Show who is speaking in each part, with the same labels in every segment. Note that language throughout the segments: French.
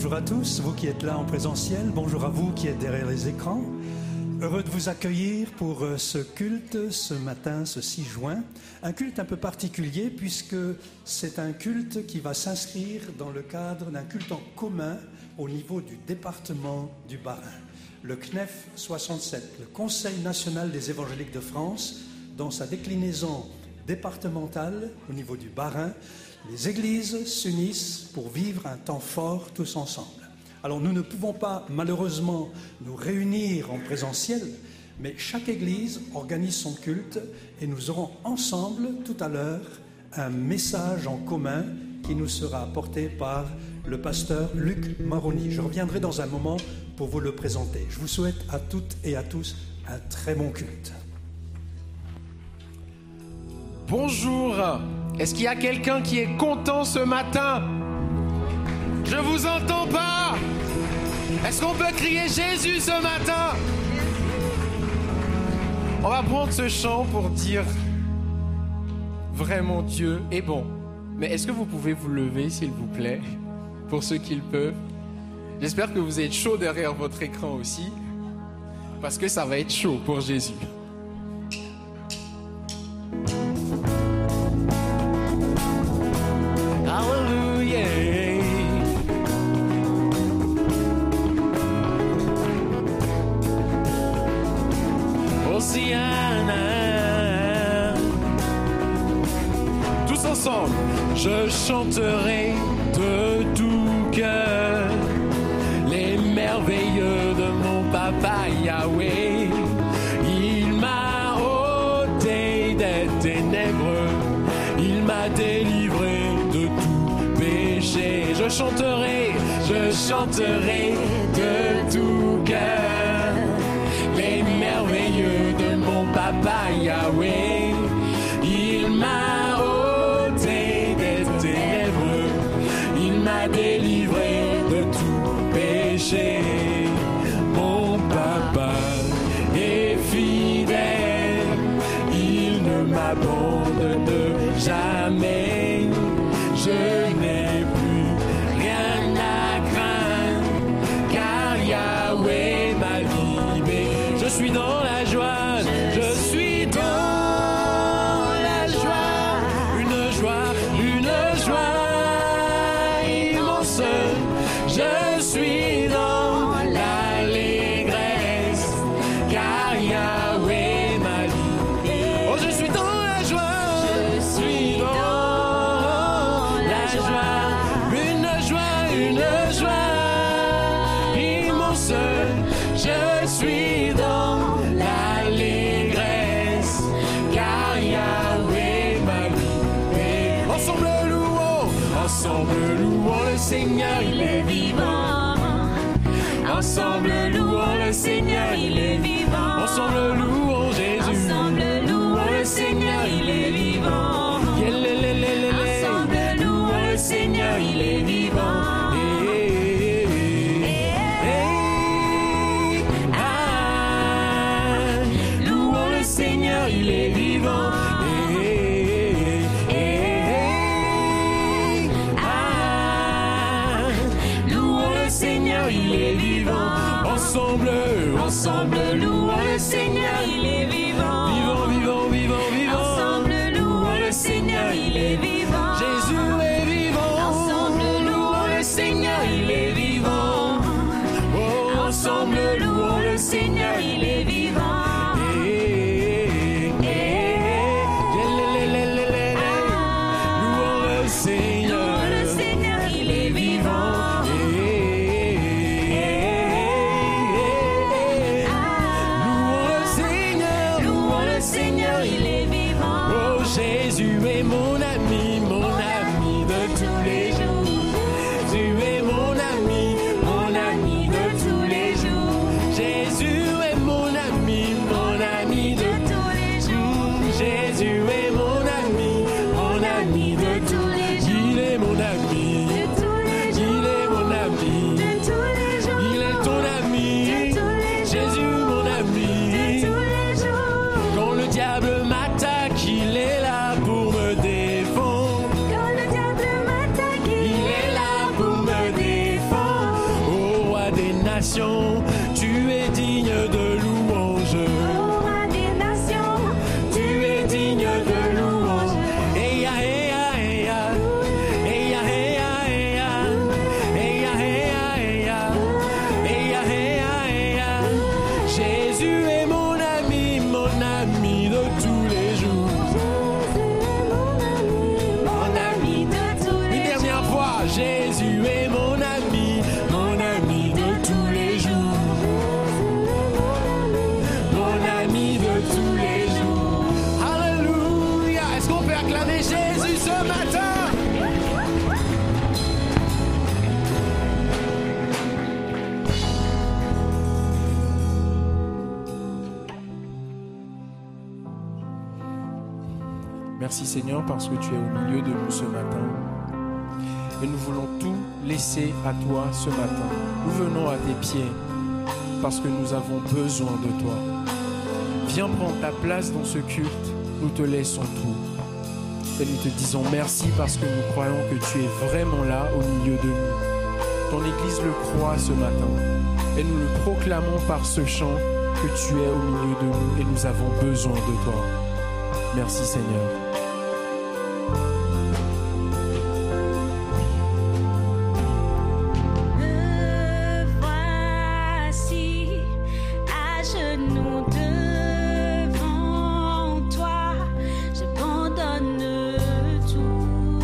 Speaker 1: Bonjour à tous, vous qui êtes là en présentiel, bonjour à vous qui êtes derrière les écrans. Heureux de vous accueillir pour ce culte ce matin, ce 6 juin. Un culte un peu particulier puisque c'est un culte qui va s'inscrire dans le cadre d'un culte en commun au niveau du département du Bas-Rhin. Le CNEF 67, le Conseil national des évangéliques de France, dans sa déclinaison départementale au niveau du Bas-Rhin, les églises s'unissent pour vivre un temps fort tous ensemble. Alors nous ne pouvons pas malheureusement nous réunir en présentiel, mais chaque église organise son culte et nous aurons ensemble tout à l'heure un message en commun qui nous sera apporté par le pasteur Luc Maroni. Je reviendrai dans un moment pour vous le présenter. Je vous souhaite à toutes et à tous un très bon culte.
Speaker 2: Bonjour, est-ce qu'il y a quelqu'un qui est content ce matin? Je vous entends pas. Est-ce qu'on peut crier Jésus ce matin? On va prendre ce chant pour dire vraiment Dieu est bon. Mais est-ce que vous pouvez vous lever s'il vous plaît, pour ceux qui le peuvent? J'espère que vous êtes chaud derrière votre écran aussi, parce que ça va être chaud pour Jésus. Tous ensemble, je chanterai de tout cœur les merveilleux de mon papa Yahweh. Il m'a ôté des ténèbres, il m'a délivré de tout péché. Je chanterai de tout cœur les merveilleux de mon papa Yahweh. Il m'a ôté des ténèbres, il m'a délivré de tout péché. Mon papa est fidèle, il ne m'abandonne jamais. Je n'ai plus rien à craindre, car Yahweh m'a libéré. Je suis dans la joie, je suis dans la joie, une joie immense. Je suis dans l'allégresse, car Yahweh m'a libéré. Oh, je suis dans la joie, je suis dans la joie, une joie immense. Je suis dans l'allégresse, car Yahweh m'a libéré. Ensemble louons le Seigneur, il est vivant. Ensemble louons le Seigneur, il est vivant. Ensemble louons Jésus. Ensemble louons le Seigneur, il est vivant. Ensemble louons le Seigneur, il est vivant. Il est vivant. Louons le Seigneur, il est vivant. Ensemble louons le Seigneur, il est vivant. Vivant. Ensemble louons le Seigneur, il est vivant. Jésus est vivant. Ensemble louons le Seigneur, il est vivant. Ensemble louons le Seigneur, il est vivant. Mon ami de louange.
Speaker 3: Roi des nations,
Speaker 2: Tu es digne de louange. Eya, eya, eya. Eya, eya, eya. Eya, eya, eya. Eya, eya, eya. Jésus est mon ami de tous les jours.
Speaker 3: mon ami de tous
Speaker 2: Une
Speaker 3: les
Speaker 2: dernière fois, Jésus est mon ami de tous les jours. Mon ami de tous les jours. Alléluia. Est-ce qu'on peut acclamer Jésus ce matin? Merci Seigneur parce que tu es au milieu de nous ce matin. Et nous voulons tout laisser à toi ce matin. Nous venons à tes pieds parce que nous avons besoin de toi. Viens prendre ta place dans ce culte. Nous te laissons tout. Et nous te disons merci parce que nous croyons que tu es vraiment là au milieu de nous. Ton Église le croit ce matin. Et nous le proclamons par ce chant que tu es au milieu de nous et nous avons besoin de toi. Merci Seigneur.
Speaker 3: Me voici à genoux devant toi, j'abandonne tout,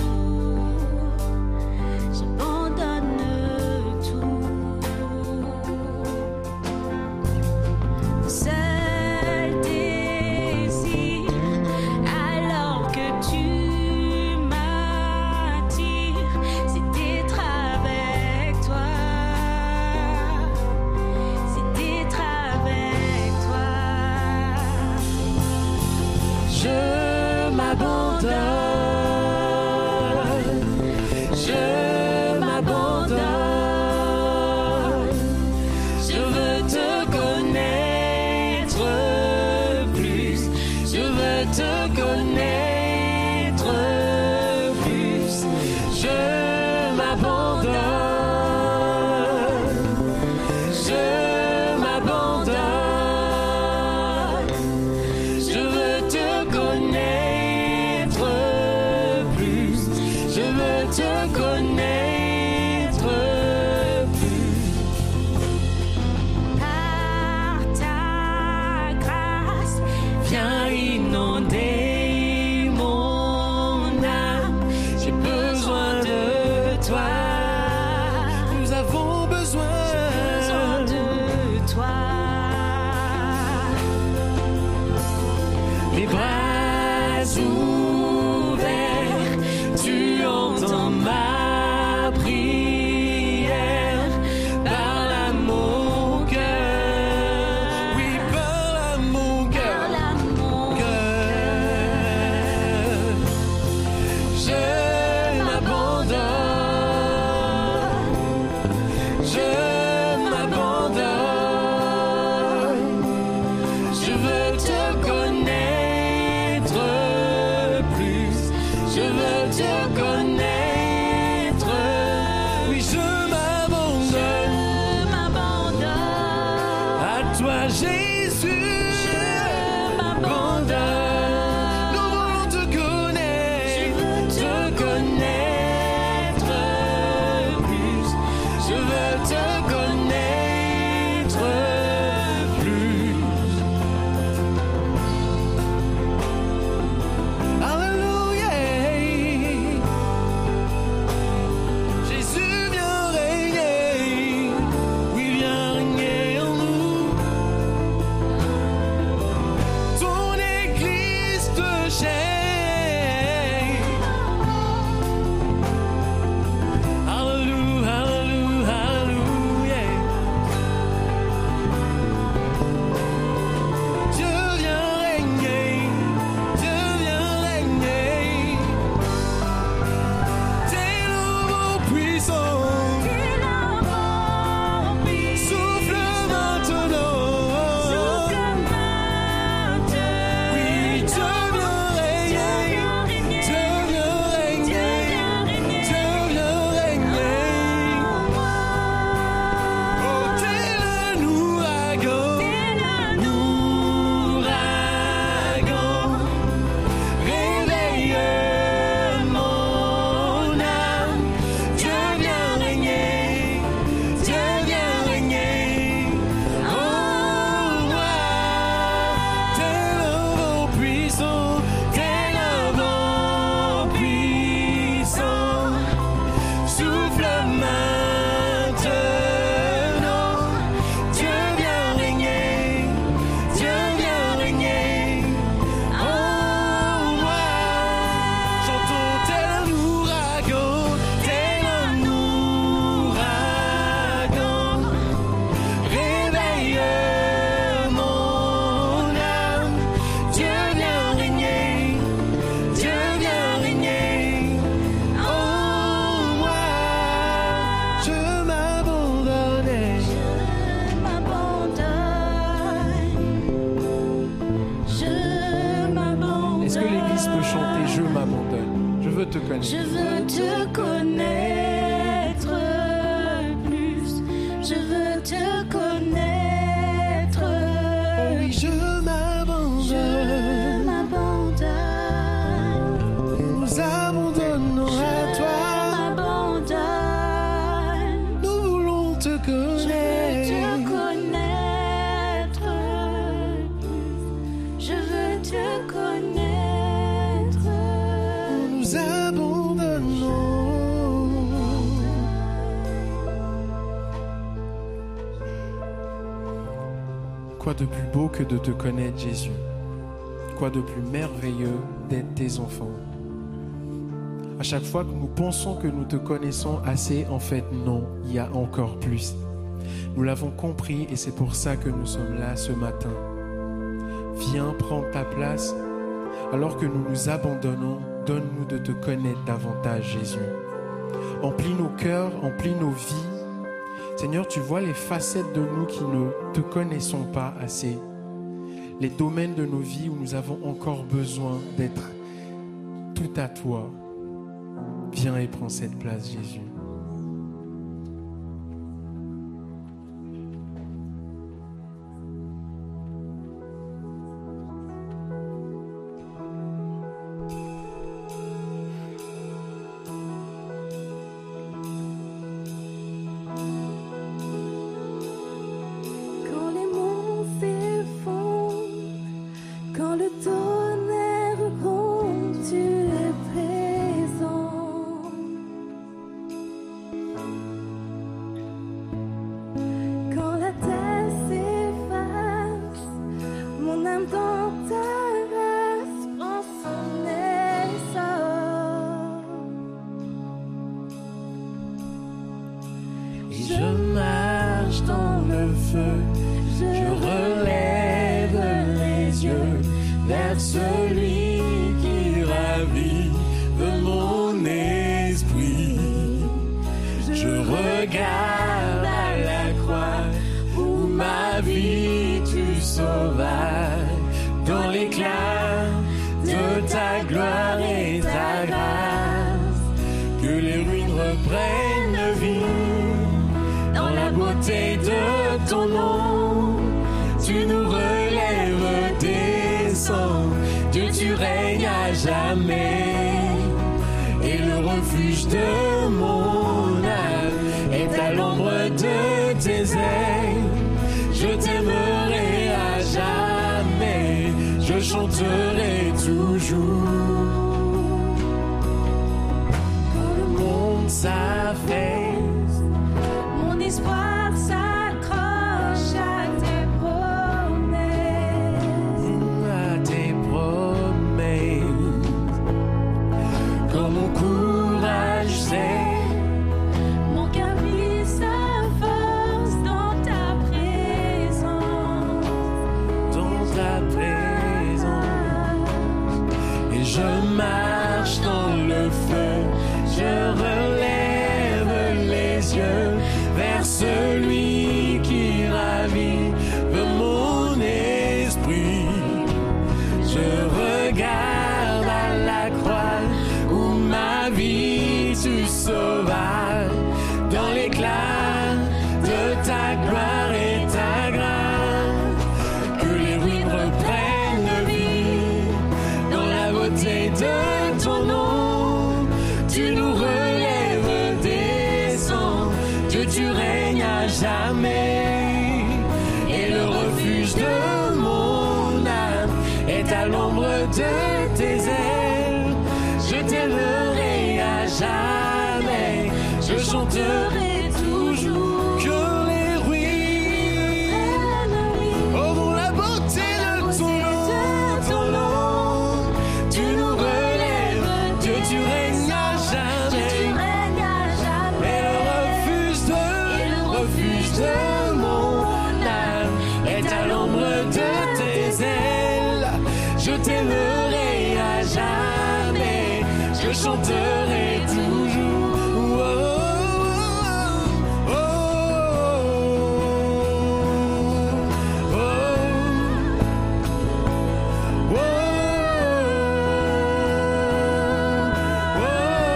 Speaker 3: j'abandonne tout. Seul désir, alors que tu m'attires, c'est d'être avec toi, c'est d'être avec toi.
Speaker 2: Je m'abandonne, je m'abandonne, je veux te connaître plus, je veux te connaître plus, je m'abandonne, je m'abandonne. Je veux te connaître plus. Je veux te connaître plus.
Speaker 3: Par ta grâce,
Speaker 2: Viens inonder mon âme. J'ai besoin de toi. Nous avons besoin
Speaker 3: de toi.
Speaker 2: Les bras ouverts, tu entends ma prière. Parle à mon cœur, oui, parle à mon cœur.
Speaker 3: Parle à mon
Speaker 2: Cœur. Je m'abandonne, je m'abandonne. Je veux te connaître plus. Je veux te connaître. Oui, je m'abandonne
Speaker 3: m'abandonne.
Speaker 2: à toi, Jésus.
Speaker 3: Je m'abandonne.
Speaker 2: Nous voulons te connaître, te connaître plus. Je veux te connaître plus. Alléluia. Jésus vient régner. Oui, viens régner en nous.
Speaker 4: connaître.
Speaker 3: Je veux te connaître plus. Je veux te connaître.
Speaker 4: Oh oui, je m'abandonne.
Speaker 3: Je m'abandonne.
Speaker 4: Nous abandonnons à
Speaker 3: Je
Speaker 4: toi.
Speaker 3: m'abandonne.
Speaker 4: Nous voulons te
Speaker 3: Je veux te
Speaker 4: connaître.
Speaker 3: connaître plus. Je veux te connaître.
Speaker 4: Nous abandonnons. Quoi de plus beau que de te connaître, Jésus? Quoi de plus merveilleux d'être tes enfants? À chaque fois que nous pensons que nous te connaissons assez, en fait, non, il y a encore plus. Nous l'avons compris et c'est pour ça que nous sommes là ce matin. Viens prendre ta place. Alors que nous nous abandonnons, donne-nous de te connaître davantage, Jésus. Emplis nos cœurs, emplis nos vies. Seigneur, tu vois les facettes de nous qui ne te connaissons pas assez. Les domaines de nos vies où nous avons encore besoin d'être tout à toi. Viens et prends cette place, Jésus.
Speaker 3: Quand les monts s'effondrent, quand le tonnerre gronde, tu es présent. Quand la terre s'efface, mon âme dans ta grâce prend son essor.
Speaker 4: Je marche dans le feu, je relève les yeux vers celui qui ravive mon esprit. Je regarde à la croix où ma vie tu sauvas, dans l'éclat de ta gloire et ta grâce, que les ruines reprennent vie. Dans la beauté de ton nom, tu nous relèves, descends. Dieu, tu règnes à jamais. Et le refuge de mon âme est à l'ombre de tes ailes. Je t'aimerai à jamais, je chanterai toujours. Quand le monde s'affaisse,
Speaker 3: Mon espoir s'accroche à tes promesses.
Speaker 4: à tes promesses, quand mon courage sait,
Speaker 3: Mon cœur vit sa force dans ta présence.
Speaker 4: dans ta présence, et je marche dans le feu, je relève les yeux vers celui qui ravive mon esprit. Je regarde à la croix où ma vie tu sauvas, dans l'éclat de ta gloire et ta grâce, que les ruines reprennent vie. Dans la beauté de ton nom, tu nous relèves, descends. Dieu, tu règnes à jamais. Et le refuge de mon âme est à l'ombre de tes ailes. Je t'aimerai à jamais, je chanterai toujours. Que les ruines, oh, dans la beauté de ton nom, tu nous relèves, Dieu, tu règnes à jamais. Et le refuge de mon âme est à l'ombre de tes ailes. Je t'aimerai à jamais, je chanterai toujours. Oh, oh, oh, oh, oh, oh, oh.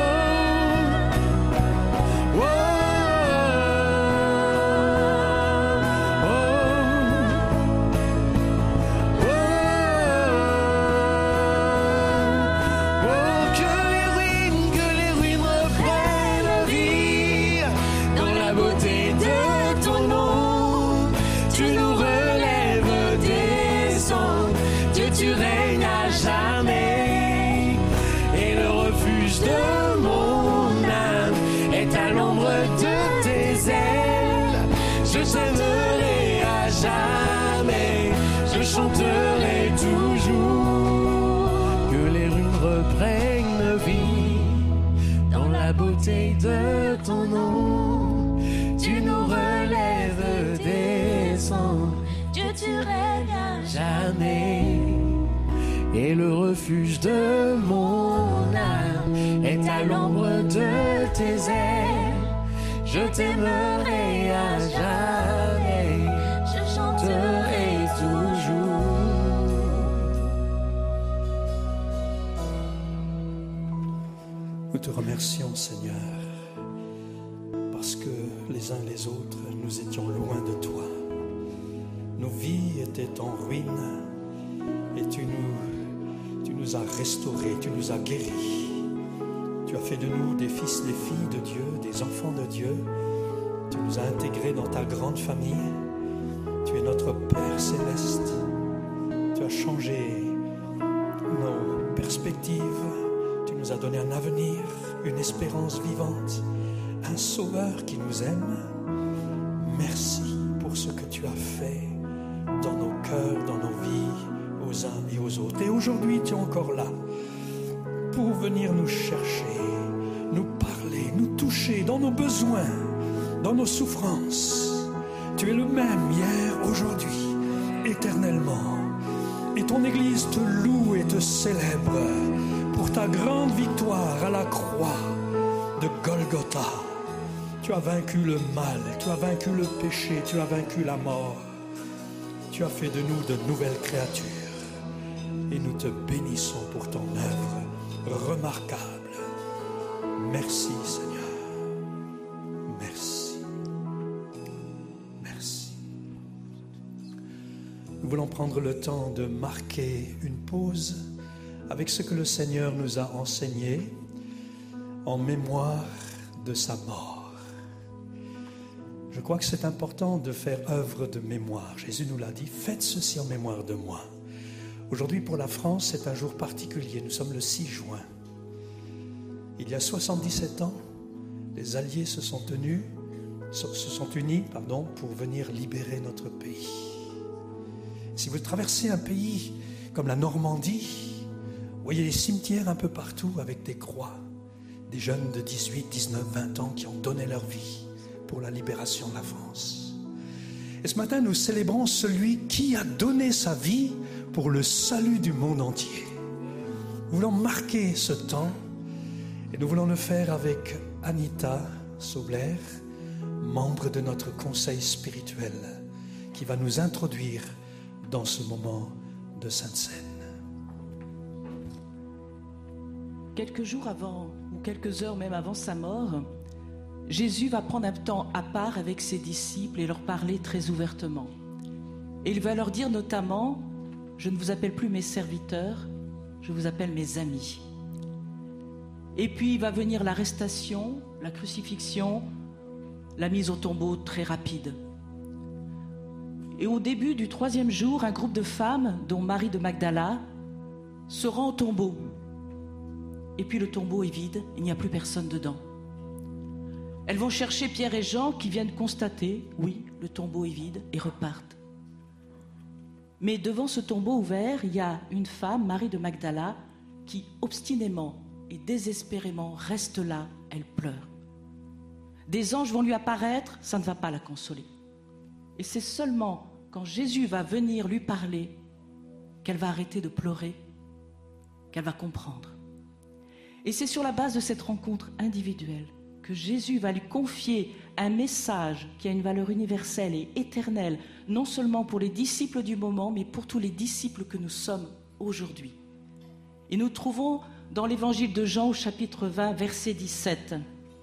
Speaker 3: tu règnes à
Speaker 2: jamais. Et le refuge de mon âme est à l'ombre de tes ailes. Je t'aimerai à jamais,
Speaker 3: Je chanterai
Speaker 2: toujours.
Speaker 1: Nous te remercions, Seigneur, parce que les uns les autres, nous étions loin de toi. Nos vies étaient en ruine et tu nous as restaurés, tu nous as guéris. Tu as fait de nous des fils, des filles de Dieu, des enfants de Dieu. Tu nous as intégrés dans ta grande famille. Tu es notre Père céleste. Tu as changé nos perspectives. Tu nous as donné un avenir, une espérance vivante, un sauveur qui nous aime. Merci pour ce que tu as fait dans nos cœurs, dans nos vies, aux uns et aux autres. Et aujourd'hui, tu es encore là pour venir nous chercher, nous parler, nous toucher dans nos besoins, dans nos souffrances. Tu es le même hier, aujourd'hui, éternellement. Et ton Église te loue et te célèbre pour ta grande victoire à la croix de Golgotha. Tu as vaincu le mal, tu as vaincu le péché, tu as vaincu la mort. Tu as fait de nous de nouvelles créatures. Et nous te bénissons pour ton œuvre remarquable. Merci, Seigneur. Merci. Merci. Nous voulons prendre le temps de marquer une pause avec ce que le Seigneur nous a enseigné en mémoire de sa mort. Je crois que c'est important de faire œuvre de mémoire. Jésus nous l'a dit, faites ceci en mémoire de moi. Aujourd'hui, pour la France, c'est un jour particulier. Nous sommes le 6 juin. Il y a 77 ans, les Alliés se sont unis pour venir libérer notre pays. Si vous traversez un pays comme la Normandie, vous voyez les cimetières un peu partout avec des croix. Des jeunes de 18, 19, 20 ans qui ont donné leur vie pour la libération de la France. Et ce matin, nous célébrons celui qui a donné sa vie pour le salut du monde entier. Nous voulons marquer ce temps et nous voulons le faire avec Anita Sobler, membre de notre conseil spirituel, qui va nous introduire dans ce moment de Sainte Seine.
Speaker 5: Quelques jours avant, ou quelques heures même avant sa mort, Jésus va prendre un temps à part avec ses disciples et leur parler très ouvertement. Et il va leur dire notamment, je ne vous appelle plus mes serviteurs, je vous appelle mes amis. Et puis va venir l'arrestation, la crucifixion, la mise au tombeau très rapide. Et au début du 3e jour, un groupe de femmes, dont Marie de Magdala, se rend au tombeau. Et puis le tombeau est vide, il n'y a plus personne dedans. Elles vont chercher Pierre et Jean qui viennent constater, oui, le tombeau est vide, et repartent. Mais devant ce tombeau ouvert, il y a une femme, Marie de Magdala, qui obstinément et désespérément reste là, elle pleure. Des anges vont lui apparaître, ça ne va pas la consoler. Et c'est seulement quand Jésus va venir lui parler qu'elle va arrêter de pleurer, qu'elle va comprendre. Et c'est sur la base de cette rencontre individuelle que Jésus va lui confier un message qui a une valeur universelle et éternelle, non seulement pour les disciples du moment, mais pour tous les disciples que nous sommes aujourd'hui. Et nous trouvons dans l'évangile de Jean au chapitre 20, verset 17.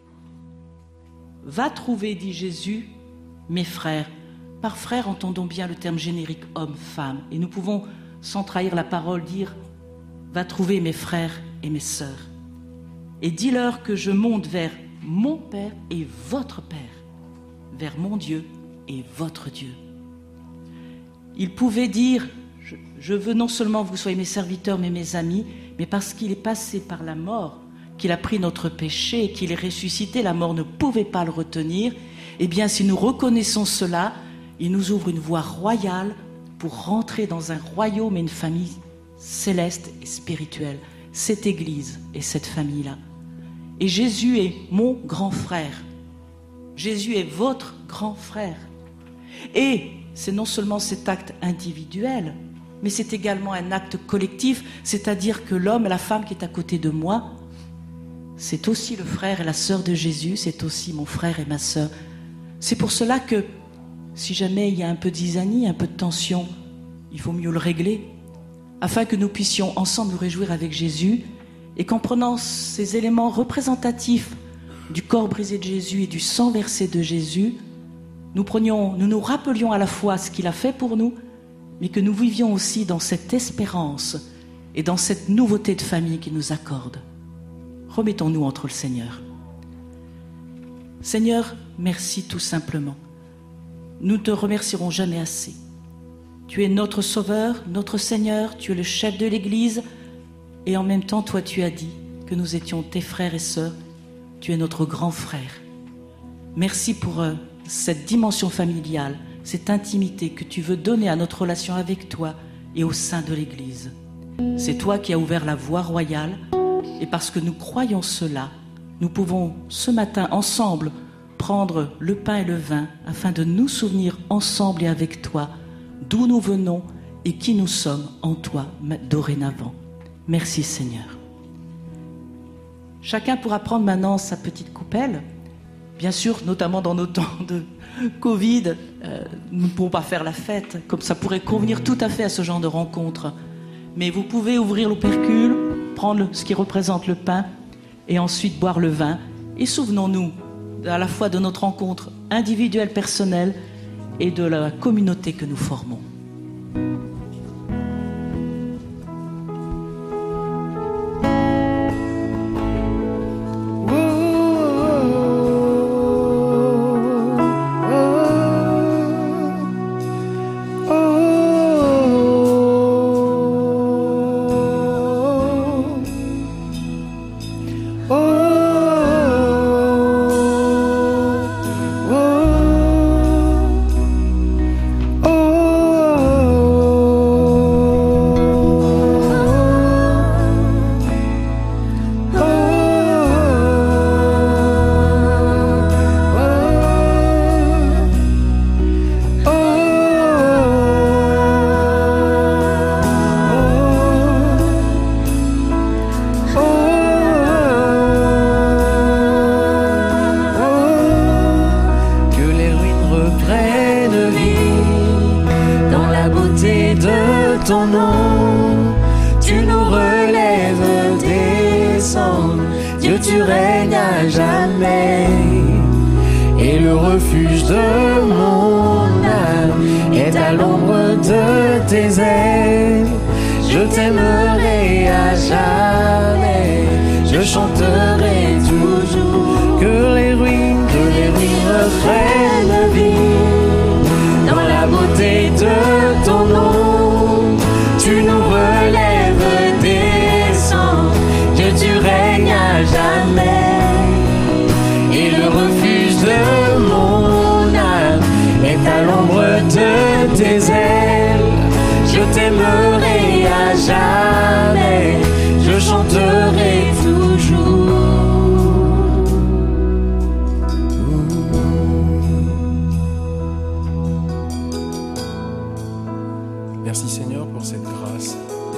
Speaker 5: « Va trouver, dit Jésus, mes frères. » Par frère, entendons bien le terme générique homme-femme. Et nous pouvons, sans trahir la parole, dire « Va trouver mes frères et mes sœurs. Et dis-leur que je monte vers mon Père et votre Père, vers mon Dieu et votre Dieu. » Il pouvait dire « Je veux non seulement que vous soyez mes serviteurs, mais mes amis, mais parce qu'il est passé par la mort, qu'il a pris notre péché et qu'il est ressuscité, la mort ne pouvait pas le retenir. Eh bien, si nous reconnaissons cela, il nous ouvre une voie royale pour rentrer dans un royaume et une famille céleste et spirituelle. Cette Église et cette famille-là. Et Jésus est mon grand frère. Jésus est votre grand frère. Et c'est non seulement cet acte individuel, mais c'est également un acte collectif, c'est-à-dire que l'homme et la femme qui est à côté de moi, c'est aussi le frère et la sœur de Jésus, c'est aussi mon frère et ma sœur. C'est pour cela que, si jamais il y a un peu de zizanie, un peu de tension, il faut mieux le régler, afin que nous puissions ensemble nous réjouir avec Jésus, et qu'en prenant ces éléments représentatifs du corps brisé de Jésus et du sang versé de Jésus, nous nous rappelions à la fois ce qu'il a fait pour nous, mais que nous vivions aussi dans cette espérance et dans cette nouveauté de famille qu'il nous accorde. Remettons-nous entre le Seigneur. Seigneur, merci tout simplement. Nous ne te remercierons jamais assez. Tu es notre Sauveur, notre Seigneur, tu es le chef de l'Église, et en même temps, toi, tu as dit que nous étions tes frères et sœurs. Tu es notre grand frère. Merci pour cette dimension familiale, cette intimité que tu veux donner à notre relation avec toi et au sein de l'Église. C'est toi qui as ouvert la voie royale, et parce que nous croyons cela, nous pouvons ce matin ensemble prendre le pain et le vin afin de nous souvenir ensemble et avec toi d'où nous venons et qui nous sommes en toi dorénavant. Merci Seigneur. Chacun pourra prendre maintenant sa petite coupelle. Bien sûr, notamment dans nos temps de Covid, nous ne pourrons pas faire la fête, comme ça pourrait convenir tout à fait à ce genre de rencontre. Mais vous pouvez ouvrir l'opercule, prendre ce qui représente le pain et ensuite boire le vin. Et souvenons-nous à la fois de notre rencontre individuelle, personnelle et de la communauté que nous formons.
Speaker 2: ton nom, tu nous relèves des cendres. Dieu, tu règnes à jamais, et le refuge de mon âme est à l'ombre de tes ailes. Je t'aimerai à jamais, je chanterai toujours que les ruines reprennent vie dans la beauté de ton nom. Tu nous relèves des cendres, Dieu, tu règnes à jamais, et le refuge de mon âme est à l'ombre de tes ailes. Je t'aimerai à jamais, je chanterai toujours.
Speaker 4: Merci Seigneur pour cette grâce.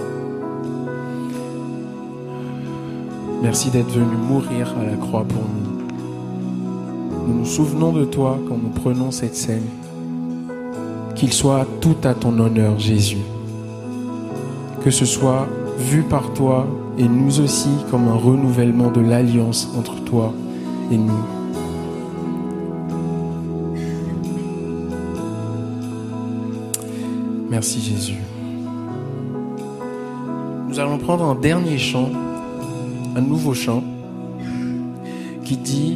Speaker 4: Merci d'être venu mourir à la croix pour nous. Nous nous souvenons de toi quand nous prenons cette scène. Qu'il soit tout à ton honneur, Jésus. Que ce soit vu par toi et nous aussi comme un renouvellement de l'alliance entre toi et nous. Merci Jésus. Nous allons prendre un dernier chant, un nouveau chant, qui dit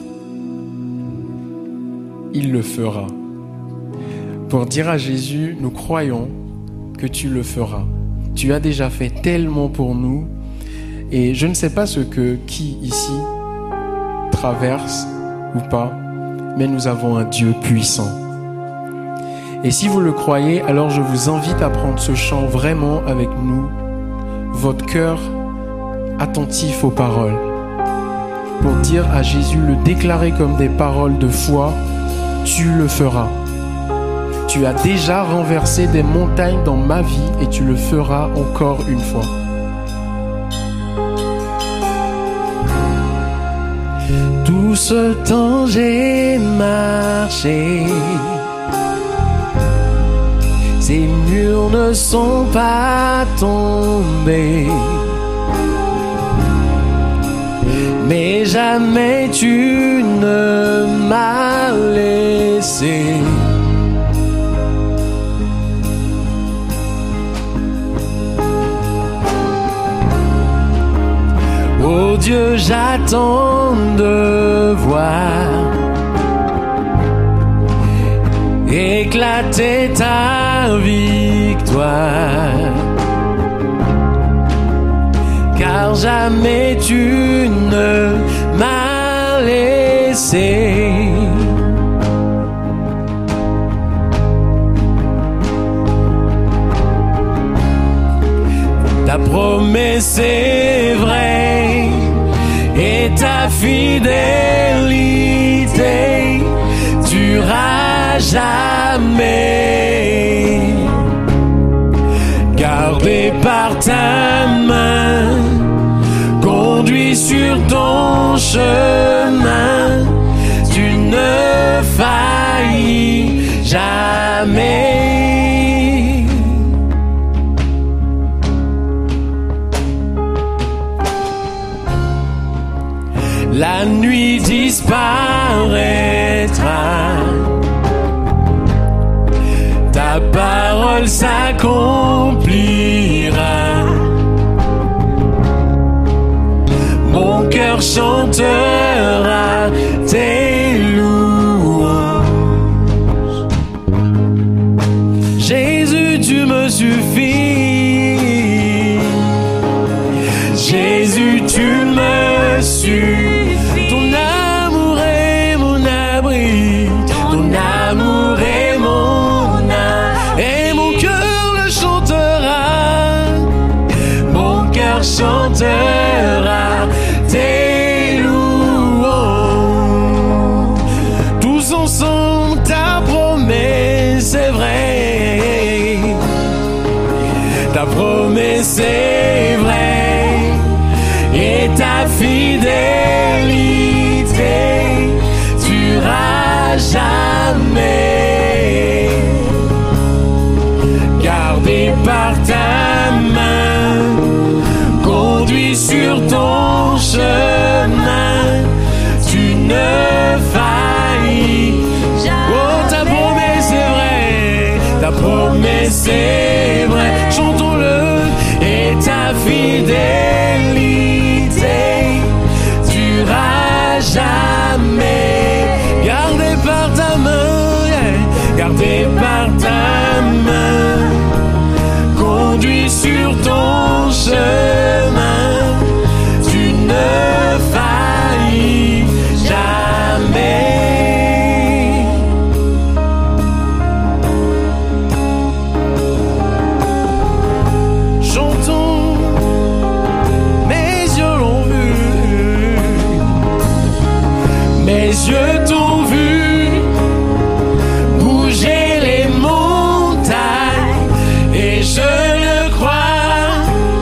Speaker 4: « Il le fera ». Pour dire à Jésus, nous croyons que tu le feras. Tu as déjà fait tellement pour nous, et je ne sais pas ce que qui ici traverse ou pas, mais nous avons un Dieu puissant. Et si vous le croyez, alors je vous invite à prendre ce chant vraiment avec nous, votre cœur attentif aux paroles, pour dire à Jésus, le déclarer comme des paroles de foi, tu le feras. Tu as déjà renversé des montagnes dans ma vie et tu le feras encore une fois. Tout ce temps j'ai marché, ces murs ne sont pas tombés, mais jamais tu ne m'as laissé. Oh Dieu, j'attends de voir éclater ta victoire, car jamais tu ne m'as laissé. Ta promesse est vraie et ta fidélité durera jamais. Gardé par ta main, conduit sur ton chemin, tu ne faillis jamais. La nuit disparaîtra, ta parole s'accomplira. Mon cœur chantera tes louanges. Jésus, tu me suffis. Jésus, tu me suffis. Chantera tes louanges. Tous ensemble, ta promesse est vraie. Ta promesse est vraie et ta fidélité durera jamais. Gardé par ta main, conduit sur ton chemin, tu ne faillis jamais. Oh, ta promesse est vraie, ta promesse est vraie. Chantons-le. Et ta fidélité durera jamais. Gardé par ta main, gardé par ta main, conduit sur ton chemin, tu ne faillis jamais. Chantons, mes yeux l'ont vu, mes yeux t'ont vu bouger les montagnes, et je le crois.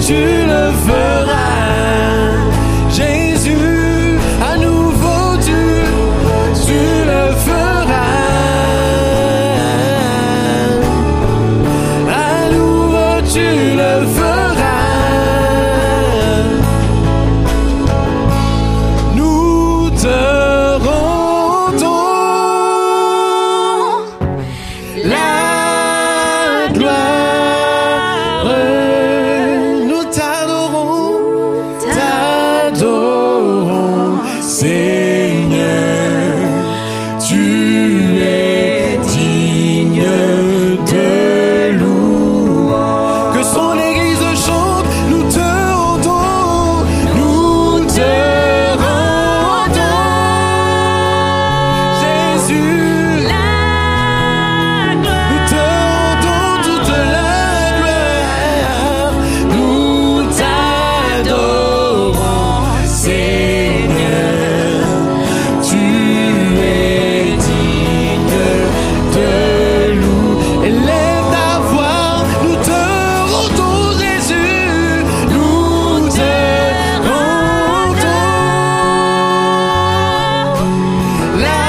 Speaker 4: tu le feras. Jésus, à nouveau tu le feras. À nouveau tu le feras. Nous te rendons la gloire. Nous t'adorons, Seigneur. Tu es digne de louange. Que son Église chante, nous te rendons, nous te rendons, Jésus. Nous te rendons toute la gloire. Nous t'adorons, Seigneur. Tu es digne de louange. Élève ta voix, nous te rendons, Jésus. Nous te rendons la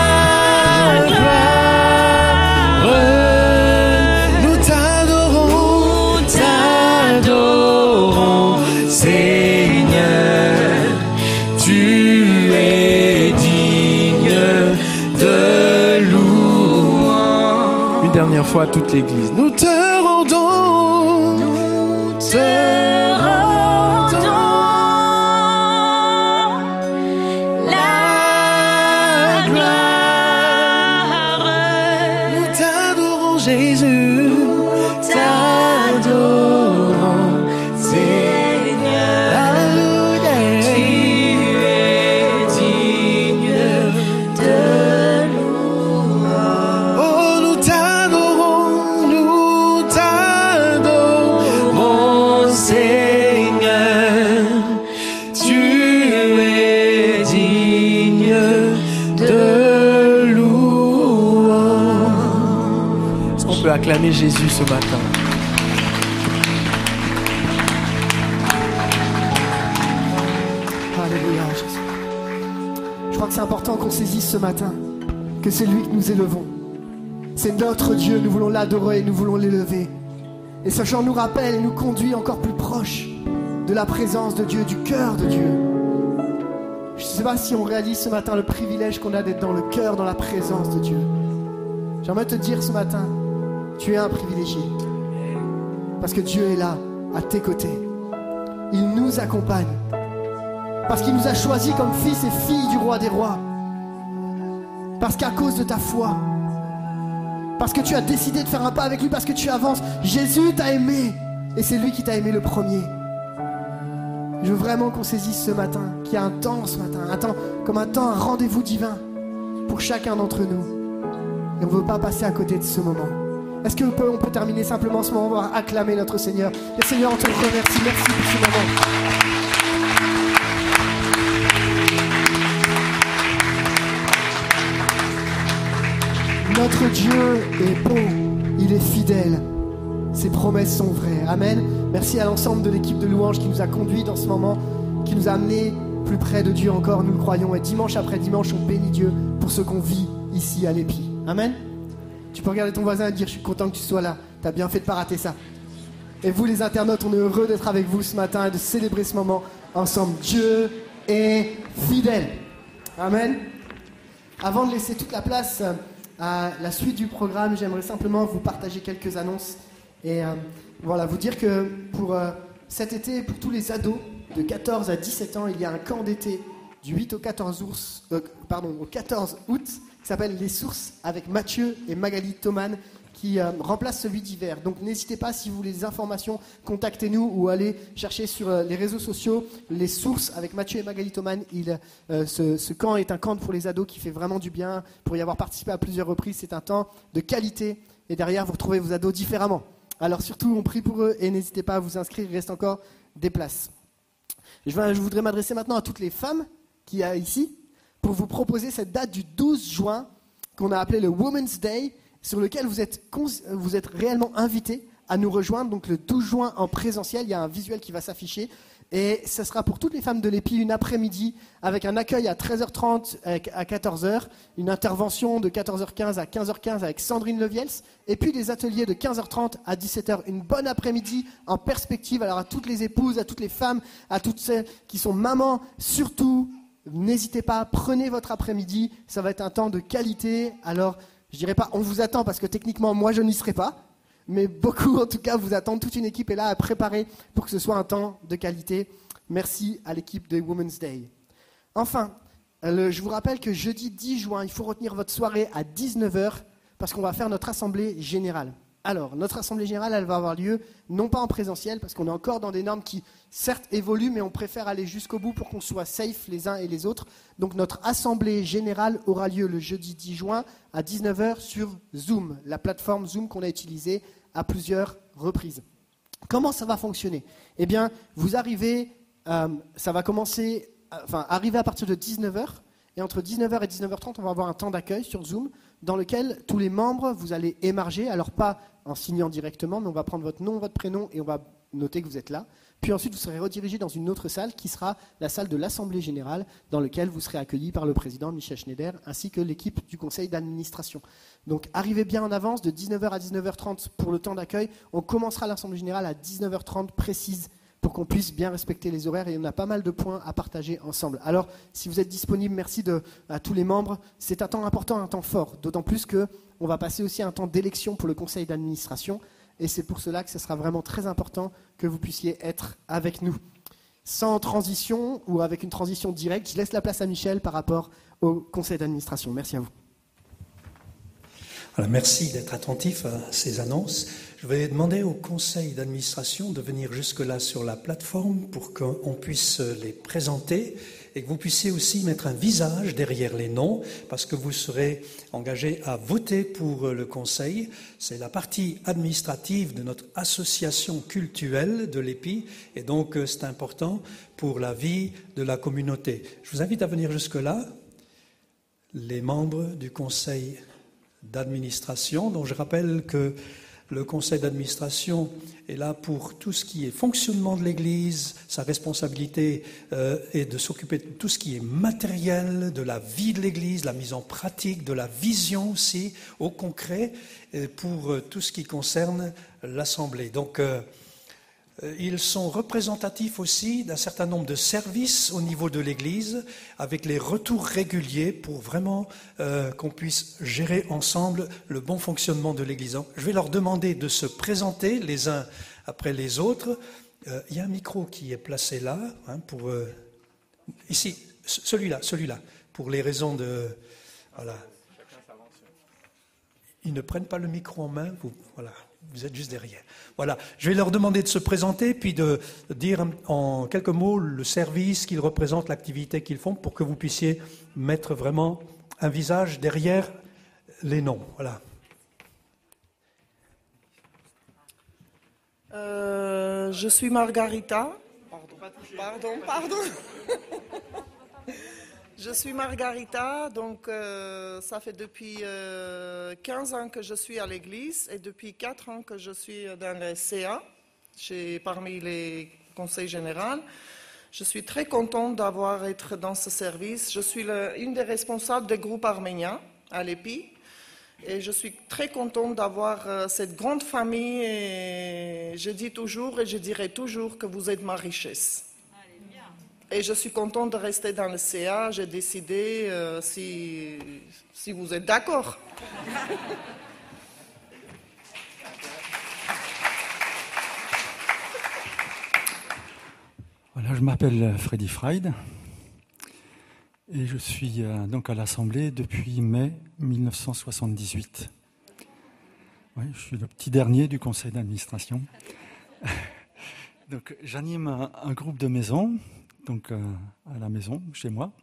Speaker 4: gloire. Nous t'adorons, Seigneur. Tu es digne de louange. Une dernière fois à toute l'Église. Nous te rendons,
Speaker 3: la gloire.
Speaker 4: nous t'adorons, Jésus. T'adorons, Seigneur. Alléluia. Tu es digne de louange. Oh, nous t'adorons, Seigneur. Tu es digne de louange. Est-ce qu'on peut acclamer Jésus ce matin?
Speaker 6: Alléluia, Jésus. Je crois que c'est important qu'on saisisse ce matin que c'est lui que nous élevons. C'est notre Dieu, nous voulons l'adorer, nous voulons l'élever. Et ce chant nous rappelle et nous conduit encore plus proche de la présence de Dieu, du cœur de Dieu. Je ne sais pas si on réalise ce matin le privilège qu'on a d'être dans le cœur, dans la présence de Dieu. J'aimerais te dire ce matin, tu es un privilégié. Parce que Dieu est là, à tes côtés. Il nous accompagne. Parce qu'il nous a choisis comme fils et filles du roi des rois. Parce qu'à cause de ta foi, parce que tu as décidé de faire un pas avec lui, parce que tu avances, Jésus t'a aimé. Et c'est lui qui t'a aimé le premier. Je veux vraiment qu'on saisisse ce matin, qu'il y a un temps ce matin, un rendez-vous divin pour chacun d'entre nous. Et on ne veut pas passer à côté de ce moment. Est-ce qu'on peut terminer simplement ce moment, on va acclamer notre Seigneur. Et Seigneur, on te remercie, merci pour ce moment. Notre Dieu est bon, il est fidèle. Ses promesses sont vraies. Amen. Merci à l'ensemble de l'équipe de louanges qui nous a conduits dans ce moment, qui nous a amenés plus près de Dieu encore, nous le croyons. Et dimanche après dimanche, on bénit Dieu pour ce qu'on vit ici à l'Épi. Amen. Tu peux regarder ton voisin et dire « Je suis content que tu sois là. Tu as bien fait de ne pas rater ça. » Et vous les internautes, on est heureux d'être avec vous ce matin et de célébrer ce moment ensemble. Dieu est fidèle. Amen. Avant de laisser toute la place à la suite du programme, j'aimerais simplement vous partager quelques annonces. Et voilà, vous dire que pour cet été, pour tous les ados de 14 à 17 ans, il y a un camp d'été du 8 au 14 août qui s'appelle Les Sources avec Mathieu et Magali Thoman qui remplace celui d'hiver. Donc n'hésitez pas, si vous voulez des informations, contactez-nous ou allez chercher sur les réseaux sociaux Les Sources avec Mathieu et Magali Thoman. Ce camp est un camp pour les ados qui fait vraiment du bien. Pour y avoir participé à plusieurs reprises, c'est un temps de qualité et derrière vous retrouvez vos ados différemment. Alors surtout, on prie pour eux et n'hésitez pas à vous inscrire, il reste encore des places. Je voudrais m'adresser maintenant à toutes les femmes qu'il y a ici pour vous proposer cette date du 12 juin qu'on a appelée le Women's Day, sur lequel vous êtes réellement invités à nous rejoindre. Donc le 12 juin en présentiel, il y a un visuel qui va s'afficher. Et ce sera pour toutes les femmes de l'EPI une après-midi avec un accueil à 13h30 à 14h, une intervention de 14h15 à 15h15 avec Sandrine Leviels, et puis des ateliers de 15h30 à 17h. Une bonne après-midi en perspective. Alors à toutes les épouses, à toutes les femmes, à toutes celles qui sont mamans, surtout, n'hésitez pas, prenez votre après-midi. Ça va être un temps de qualité. Alors, je dirais pas on vous attend parce que techniquement, moi je n'y serai pas. Mais beaucoup, en tout cas, vous attendent. Toute une équipe est là à préparer pour que ce soit un temps de qualité. Merci à l'équipe de Women's Day. Enfin, je vous rappelle que jeudi 10 juin, il faut retenir votre soirée à 19h parce qu'on va faire notre assemblée générale. Alors, notre assemblée générale, elle va avoir lieu non pas en présentiel parce qu'on est encore dans des normes qui, certes, évoluent, mais on préfère aller jusqu'au bout pour qu'on soit safe les uns et les autres. Donc, notre assemblée générale aura lieu le jeudi 10 juin à 19h sur Zoom, la plateforme Zoom qu'on a utilisée à plusieurs reprises. Comment ça va fonctionner ? Eh bien, vous arrivez, ça va commencer, arriver à partir de 19h, et entre 19h et 19h30, on va avoir un temps d'accueil sur Zoom, dans lequel tous les membres, vous allez émarger, alors pas en signant directement, mais on va prendre votre nom, votre prénom, et on va noter que vous êtes là. Puis ensuite, vous serez redirigé dans une autre salle, qui sera la salle de l'Assemblée Générale, dans laquelle vous serez accueillis par le président Michel Schneider, ainsi que l'équipe du conseil d'administration. Donc, arrivez bien en avance, de 19h à 19h30 pour le temps d'accueil. On commencera l'Assemblée Générale à 19h30 précise, pour qu'on puisse bien respecter les horaires, et on a pas mal de points à partager ensemble. Alors, si vous êtes disponible, merci à tous les membres. C'est un temps important, un temps fort, d'autant plus qu'on va passer aussi un temps d'élection pour le conseil d'administration, et c'est pour cela que ce sera vraiment très important que vous puissiez être avec nous. Sans transition, ou avec une transition directe, je laisse la place à Michel par rapport au conseil d'administration. Merci à vous.
Speaker 1: Voilà, merci d'être attentif à ces annonces. Je vais demander au conseil d'administration de venir jusque-là sur la plateforme pour qu'on puisse les présenter et que vous puissiez aussi mettre un visage derrière les noms parce que vous serez engagés à voter pour le conseil. C'est la partie administrative de notre association cultuelle de l'EPI et donc c'est important pour la vie de la communauté. Je vous invite à venir jusque-là. Les membres du conseil d'administration, dont je rappelle que le conseil d'administration est là pour tout ce qui est fonctionnement de l'Église. Sa responsabilité est de s'occuper de tout ce qui est matériel, de la vie de l'Église, la mise en pratique, de la vision aussi, au concret, pour tout ce qui concerne l'Assemblée. Donc, ils sont représentatifs aussi d'un certain nombre de services au niveau de l'Église, avec les retours réguliers pour vraiment qu'on puisse gérer ensemble le bon fonctionnement de l'Église. Donc, je vais leur demander de se présenter les uns après les autres. Il y a un micro qui est placé là, pour ici, celui-là, pour les raisons de... Voilà. Ils ne prennent pas le micro en main, voilà. Vous êtes juste derrière. Voilà. Je vais leur demander de se présenter, puis de dire en quelques mots le service qu'ils représentent, l'activité qu'ils font, pour que vous puissiez mettre vraiment un visage derrière les noms. Voilà.
Speaker 7: Je suis Margarita. Pardon. Je suis Margarita, donc ça fait depuis 15 ans que je suis à l'église et depuis 4 ans que je suis dans le CA, parmi les conseils généraux. Je suis très contente d'avoir été dans ce service. Je suis une des responsables du groupe arménien à l'EPI et je suis très contente d'avoir cette grande famille et je dis toujours et je dirai toujours que vous êtes ma richesse. Et je suis contente de rester dans le CA. J'ai décidé, si vous êtes d'accord.
Speaker 8: Voilà, je m'appelle Freddy Fried et je suis donc à l'Assemblée depuis mai 1978. Oui, je suis le petit dernier du conseil d'administration. Donc, j'anime un groupe de maison. Donc à la maison, chez moi.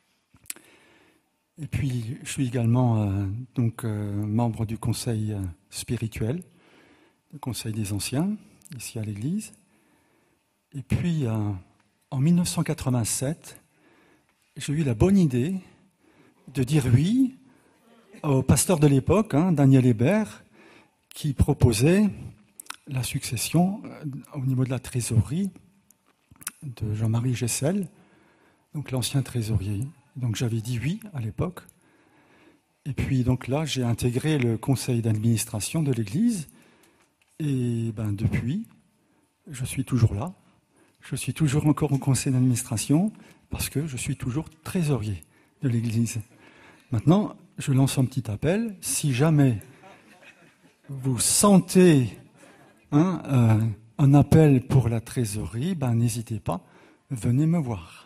Speaker 8: Et puis, je suis également membre du conseil spirituel, le conseil des anciens, ici à l'église. Et puis, en 1987, j'ai eu la bonne idée de dire oui au pasteur de l'époque, Daniel Hébert, qui proposait la succession au niveau de la trésorerie de Jean-Marie Gessel, donc l'ancien trésorier. Donc j'avais dit oui à l'époque. Et puis donc là, j'ai intégré le conseil d'administration de l'Église. Et depuis, je suis toujours là. Je suis toujours encore au conseil d'administration parce que je suis toujours trésorier de l'Église. Maintenant, je lance un petit appel. Si jamais vous sentez un appel pour la trésorerie, n'hésitez pas, venez me voir.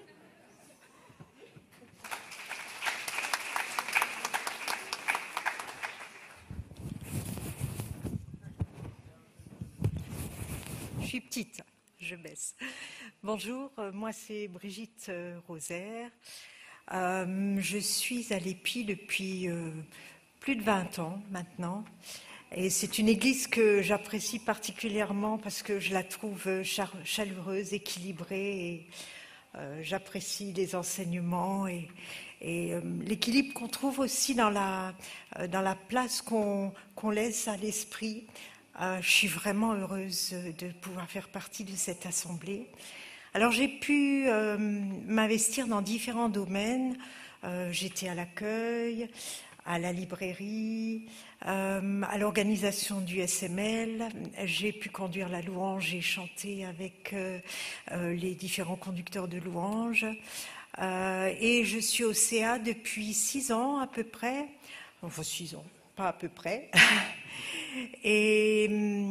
Speaker 9: Je suis petite, je baisse. Bonjour, moi c'est Brigitte Rosaire. Je suis à l'Épi depuis plus de 20 ans maintenant. Et c'est une église que j'apprécie particulièrement parce que je la trouve chaleureuse, équilibrée. Et, j'apprécie les enseignements et l'équilibre qu'on trouve aussi dans la place qu'on laisse à l'esprit. Je suis vraiment heureuse de pouvoir faire partie de cette assemblée. Alors j'ai pu m'investir dans différents domaines. J'étais à l'accueil, à la librairie, à l'organisation du SML. J'ai pu conduire la louange et chanter avec les différents conducteurs de louange. Et je suis au CA depuis 6 ans à peu près. Enfin 6 ans, pas à peu près. Et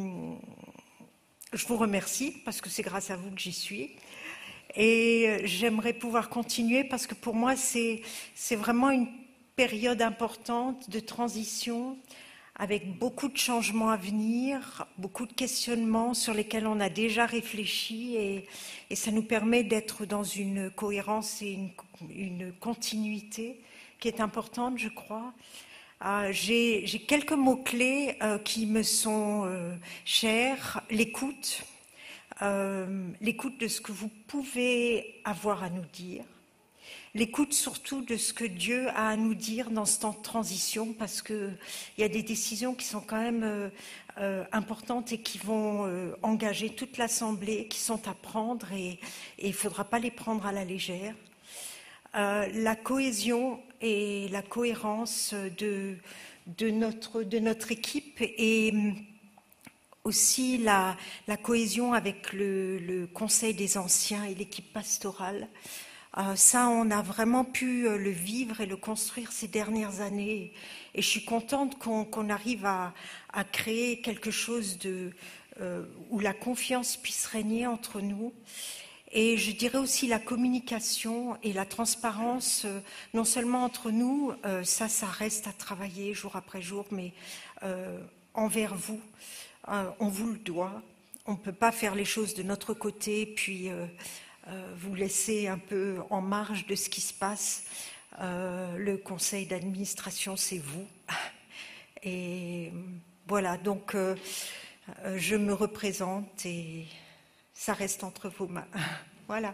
Speaker 9: je vous remercie parce que c'est grâce à vous que j'y suis. Et j'aimerais pouvoir continuer parce que pour moi, c'est vraiment une période importante de transition avec beaucoup de changements à venir, beaucoup de questionnements sur lesquels on a déjà réfléchi et ça nous permet d'être dans une cohérence et une continuité qui est importante, je crois. J'ai quelques mots-clés qui me sont chers. L'écoute de ce que vous pouvez avoir à nous dire. L'écoute surtout de ce que Dieu a à nous dire dans ce temps de transition, parce qu'il y a des décisions qui sont quand même importantes et qui vont engager toute l'Assemblée, qui sont à prendre et il ne faudra pas les prendre à la légère. La cohésion et la cohérence de notre équipe et aussi la cohésion avec le Conseil des Anciens et l'équipe pastorale. Ça, on a vraiment pu le vivre et le construire ces dernières années. Et je suis contente qu'on arrive à créer quelque chose où la confiance puisse régner entre nous. Et je dirais aussi la communication et la transparence, non seulement entre nous, ça reste à travailler jour après jour, mais envers vous, on vous le doit. On ne peut pas faire les choses de notre côté, puis vous laisser un peu en marge de ce qui se passe. Le conseil d'administration, c'est vous. Et voilà, donc je me représente et ça reste entre vos mains. Voilà.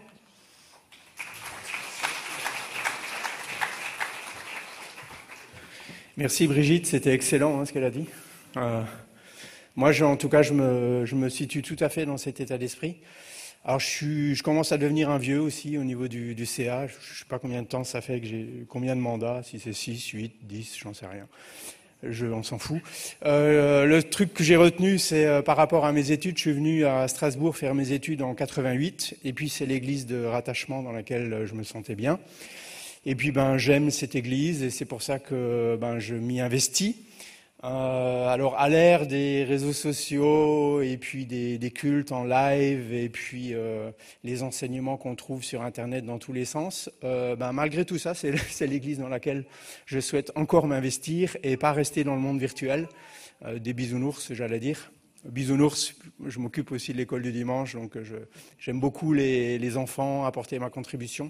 Speaker 4: Merci Brigitte, c'était excellent ce qu'elle a dit. Moi, en tout cas, je me situe tout à fait dans cet état d'esprit. Alors, je commence à devenir un vieux aussi au niveau du CA. Je ne sais pas combien de temps ça fait que j'ai, combien de mandats, si c'est 6, 8, 10, j'en sais rien. On s'en fout. Le truc que j'ai retenu, c'est par rapport à mes études. Je suis venu à Strasbourg faire mes études en 88, et puis c'est l'église de rattachement dans laquelle je me sentais bien. Et puis j'aime cette église, et c'est pour ça que je m'y investis. Alors à l'ère des réseaux sociaux et puis des cultes en live et puis les enseignements qu'on trouve sur Internet dans tous les sens, malgré tout ça, c'est l'église dans laquelle je souhaite encore m'investir et pas rester dans le monde virtuel des bisounours, j'allais dire. Bisounours, je m'occupe aussi de l'école du dimanche, donc j'aime beaucoup les enfants, apporter ma contribution.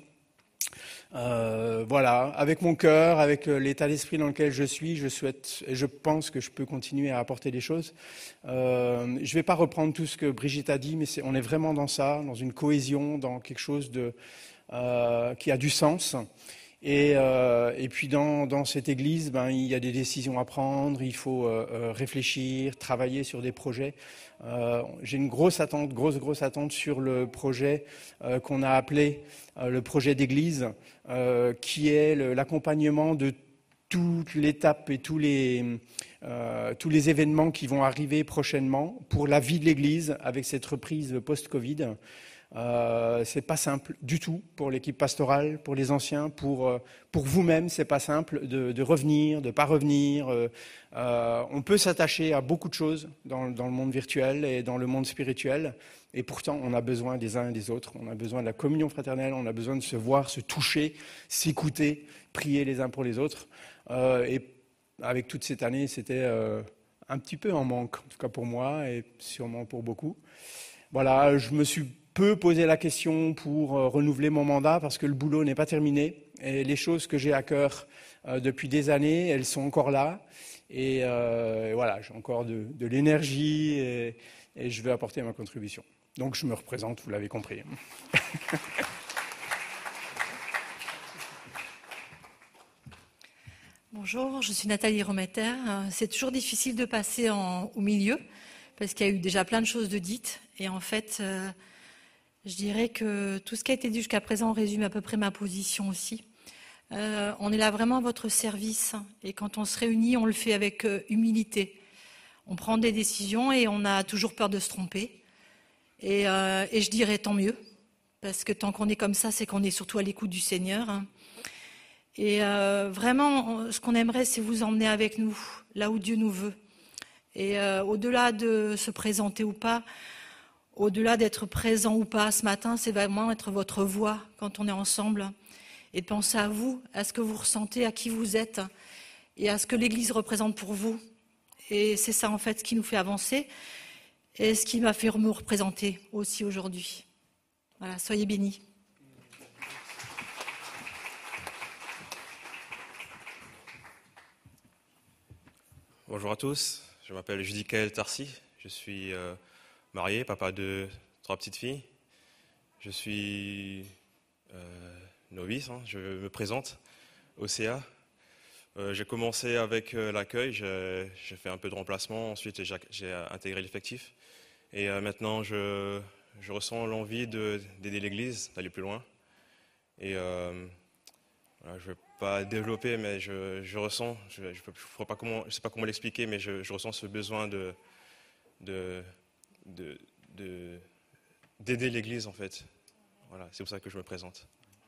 Speaker 4: Voilà, avec mon cœur, avec l'état d'esprit dans lequel je suis, je pense que je peux continuer à apporter des choses. Je ne vais pas reprendre tout ce que Brigitte a dit, mais on est vraiment dans ça, dans une cohésion, dans quelque chose qui a du sens. Et puis dans cette église, il y a des décisions à prendre, il faut réfléchir, travailler sur des projets. J'ai une grosse attente sur le projet qu'on a appelé le projet d'église, qui est l'accompagnement de toute l'étape et tous les événements qui vont arriver prochainement pour la vie de l'église avec cette reprise post-Covid. C'est pas simple du tout pour l'équipe pastorale, pour les anciens, pour vous-même, c'est pas simple de revenir, de pas revenir. On peut s'attacher à beaucoup de choses dans le monde virtuel et dans le monde spirituel, et pourtant on a besoin des uns et des autres. On a besoin de la communion fraternelle, on a besoin de se voir, se toucher, s'écouter, prier les uns pour les autres. Et avec toute cette année, c'était un petit peu en manque, en tout cas pour moi et sûrement pour beaucoup. Voilà, je me suis peu posé la question pour renouveler mon mandat parce que le boulot n'est pas terminé et les choses que j'ai à cœur depuis des années, elles sont encore là et voilà, j'ai encore de l'énergie et je veux apporter ma contribution. Donc je me représente, vous l'avez compris.
Speaker 10: Bonjour, je suis Nathalie Rometter. C'est toujours difficile de passer au milieu parce qu'il y a eu déjà plein de choses de dites et en fait... je dirais que tout ce qui a été dit jusqu'à présent résume à peu près ma position aussi. On est là vraiment à votre service et quand on se réunit, on le fait avec humilité. On prend des décisions et on a toujours peur de se tromper. Et je dirais tant mieux, parce que tant qu'on est comme ça, c'est qu'on est surtout à l'écoute du Seigneur. Et vraiment, ce qu'on aimerait, c'est vous emmener avec nous, là où Dieu nous veut. Et au-delà de se présenter ou pas, au-delà d'être présent ou pas ce matin, c'est vraiment être votre voix quand on est ensemble et de penser à vous, à ce que vous ressentez, à qui vous êtes et à ce que l'Église représente pour vous. Et c'est ça en fait ce qui nous fait avancer et ce qui m'a fait me représenter aussi aujourd'hui. Voilà, soyez bénis.
Speaker 11: Bonjour à tous, je m'appelle Judicaël Tarsi, je suis marié, papa de 3 petites filles. Je suis novice, je me présente au CA. J'ai commencé avec l'accueil, j'ai fait un peu de remplacement, ensuite j'ai intégré l'effectif. Et maintenant, je ressens l'envie d'aider l'Église, d'aller plus loin. Et voilà, je ne vais pas développer, mais je ressens, je ne sais pas comment l'expliquer, mais je ressens ce besoin d'aider l'Église en fait. Voilà, c'est pour ça que je me présente.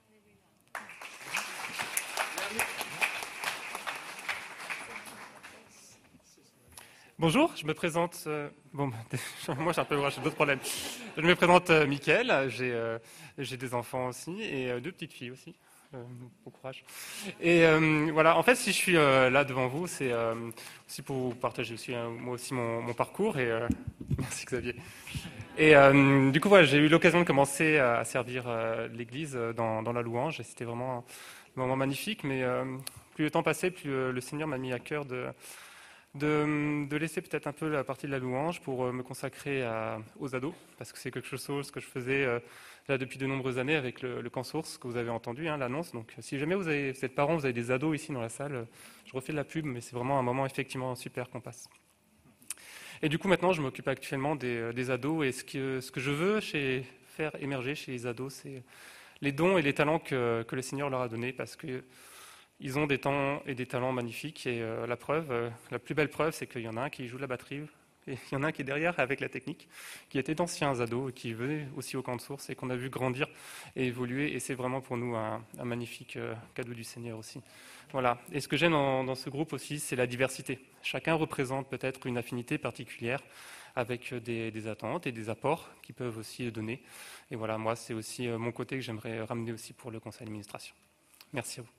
Speaker 12: Bonjour, je me présente. Moi j'ai d'autres problèmes. Je me présente Mickaël, j'ai des enfants aussi et 2 petites filles aussi. Bon courage. Et voilà, en fait, si je suis là devant vous, c'est aussi pour vous partager aussi moi aussi mon parcours. Et merci Xavier. Et du coup, voilà, j'ai eu l'occasion de commencer à servir l'Église dans la louange. Et c'était vraiment un moment magnifique. Mais plus le temps passait, plus le Seigneur m'a mis à cœur de laisser peut-être un peu la partie de la louange pour me consacrer aux ados, parce que c'est quelque chose que je faisais là depuis de nombreuses années avec le camp Source que vous avez entendu, l'annonce. Donc si jamais vous êtes parents, vous avez des ados ici dans la salle, je refais de la pub, mais c'est vraiment un moment effectivement super qu'on passe. Et du coup maintenant je m'occupe actuellement des ados et ce que je veux faire émerger chez les ados, c'est les dons et les talents que le Seigneur leur a donnés, parce que ils ont des temps et des talents magnifiques et la plus belle preuve, c'est qu'il y en a un qui joue de la batterie et il y en a un qui est derrière avec la technique, qui était d'anciens ados et qui venait aussi au camp de Source et qu'on a vu grandir et évoluer, et c'est vraiment pour nous un magnifique cadeau du Seigneur aussi. Voilà. Et ce que j'aime dans ce groupe aussi, c'est la diversité. Chacun représente peut-être une affinité particulière avec des attentes et des apports qu'ils peuvent aussi donner. Et voilà, moi, c'est aussi mon côté que j'aimerais ramener aussi pour le conseil d'administration. Merci à vous.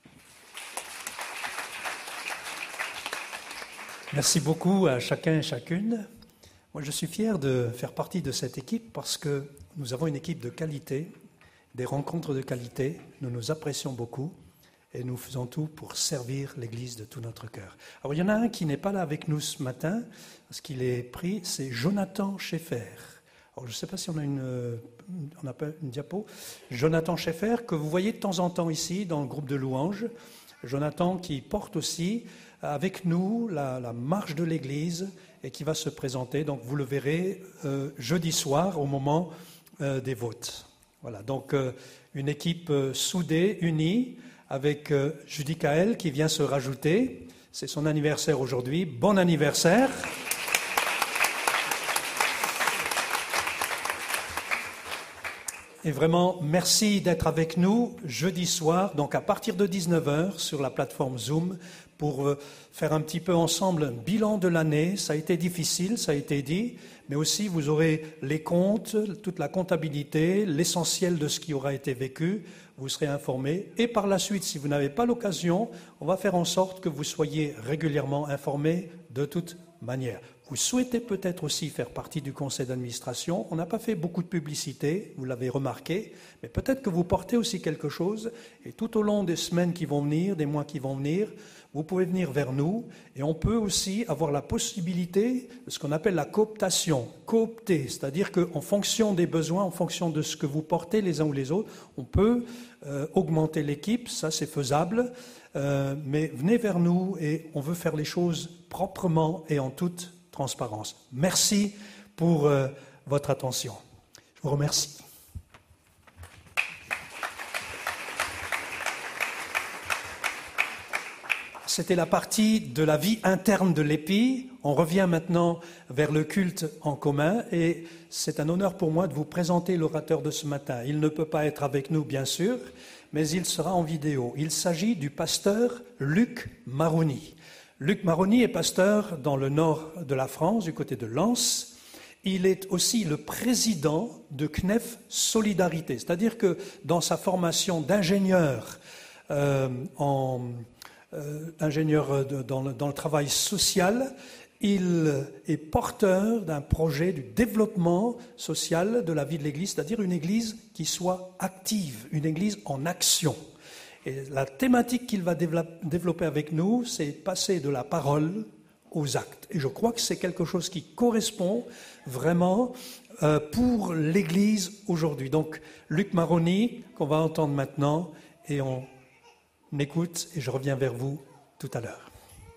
Speaker 1: Merci beaucoup à chacun et chacune. Moi, je suis fier de faire partie de cette équipe parce que nous avons une équipe de qualité, des rencontres de qualité. Nous nous apprécions beaucoup et nous faisons tout pour servir l'Église de tout notre cœur. Alors, il y en a un qui n'est pas là avec nous ce matin parce qu'il est pris, c'est Jonathan Schaeffer. Alors, je ne sais pas si on a une diapo. Jonathan Schaeffer, que vous voyez de temps en temps ici dans le groupe de louanges. Jonathan qui porte aussi avec nous la marche de l'Église et qui va se présenter. Donc vous le verrez jeudi soir au moment des votes. Voilà, donc une équipe soudée, unie, avec Judy Kael qui vient se rajouter. C'est son anniversaire aujourd'hui. Bon anniversaire! Et vraiment, merci d'être avec nous jeudi soir, donc à partir de 19h sur la plateforme Zoom, pour faire un petit peu ensemble un bilan de l'année. Ça a été difficile, ça a été dit, mais aussi vous aurez les comptes, toute la comptabilité, l'essentiel de ce qui aura été vécu, vous serez informés. Et par la suite, si vous n'avez pas l'occasion, on va faire en sorte que vous soyez régulièrement informés de toute manière. Vous souhaitez peut-être aussi faire partie du conseil d'administration. On n'a pas fait beaucoup de publicité, vous l'avez remarqué, mais peut-être que vous portez aussi quelque chose. Et tout au long des semaines qui vont venir, des mois qui vont venir, vous pouvez venir vers nous. Et on peut aussi avoir la possibilité de ce qu'on appelle la cooptation, coopter, c'est-à-dire qu'en fonction des besoins, en fonction de ce que vous portez les uns ou les autres, on peut augmenter l'équipe, ça c'est faisable. Mais venez vers nous et on veut faire les choses proprement et en toute transparence. Merci pour votre attention. Je vous remercie. C'était la partie de la vie interne de l'Épi. On revient maintenant vers le culte en commun et c'est un honneur pour moi de vous présenter l'orateur de ce matin. Il ne peut pas être avec nous, bien sûr, mais il sera en vidéo. Il s'agit du pasteur Luc Maroni. Luc Maroni est pasteur dans le nord de la France, du côté de Lens. Il est aussi le président de CNEF Solidarité, c'est-à-dire que dans sa formation d'ingénieur dans le travail social, il est porteur d'un projet du développement social de la vie de l'Église, c'est-à-dire une Église qui soit active, une Église en action. Et la thématique qu'il va développer avec nous, c'est passer de la parole aux actes. Et je crois que c'est quelque chose qui correspond vraiment pour l'Église aujourd'hui. Donc, Luc Maroni, qu'on va entendre maintenant, et on écoute, et je reviens vers vous tout à l'heure.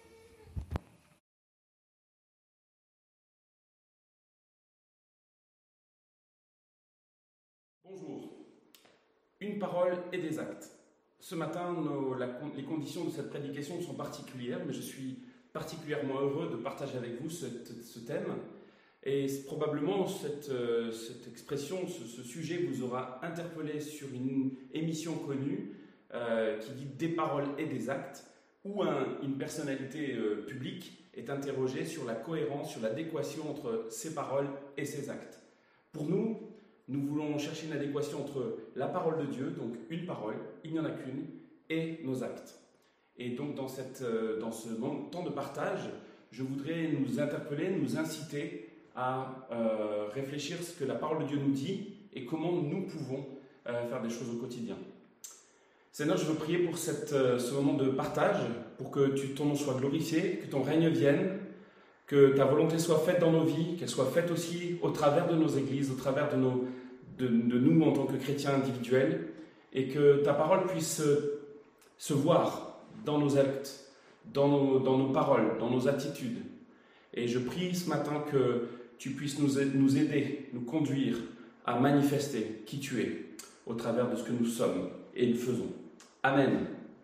Speaker 13: Bonjour. Une parole et des actes. Ce matin, les conditions de cette prédication sont particulières, mais je suis particulièrement heureux de partager avec vous ce thème. Et probablement, cette expression, ce sujet vous aura interpellé sur une émission connue qui dit « Des paroles et des actes », où une personnalité publique est interrogée sur la cohérence, sur l'adéquation entre ses paroles et ses actes. Pour nous, nous voulons chercher une adéquation entre la parole de Dieu, donc une parole, il n'y en a qu'une, et nos actes. Et donc dans ce temps de partage, je voudrais nous interpeller, nous inciter à réfléchir ce que la parole de Dieu nous dit et comment nous pouvons faire des choses au quotidien. Seigneur, je veux prier pour ce moment de partage, pour que ton nom soit glorifié, que ton règne vienne, que ta volonté soit faite dans nos vies, qu'elle soit faite aussi au travers de nos églises, au travers de nous en tant que chrétiens individuels, et que ta parole puisse se voir dans nos actes, dans nos paroles, dans nos attitudes. Et je prie ce matin que tu puisses nous aider, nous conduire à manifester qui tu es au travers de ce que nous sommes et nous faisons. Amen.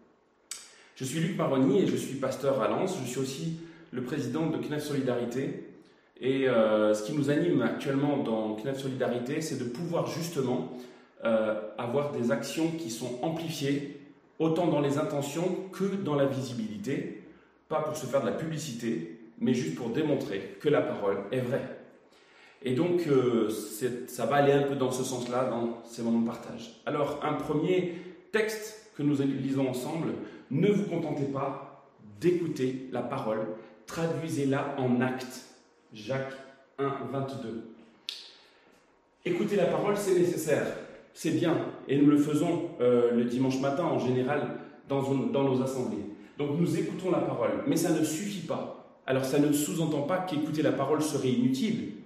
Speaker 13: Je suis Luc Maroni et je suis pasteur à Lens. Je suis aussi le président de CNEF Solidarité. Et ce qui nous anime actuellement dans CNEF Solidarité, c'est de pouvoir justement avoir des actions qui sont amplifiées, autant dans les intentions que dans la visibilité, pas pour se faire de la publicité, mais juste pour démontrer que la parole est vraie. Et donc, ça va aller un peu dans ce sens-là, dans ces moments de partage. Alors, un premier texte que nous lisons ensemble, ne vous contentez pas d'écouter la parole, traduisez-la en actes. Jacques 1, 22. Écouter la parole, c'est nécessaire, c'est bien, et nous le faisons le dimanche matin en général dans nos assemblées. Donc nous écoutons la parole, mais ça ne suffit pas. Alors ça ne sous-entend pas qu'écouter la parole serait inutile.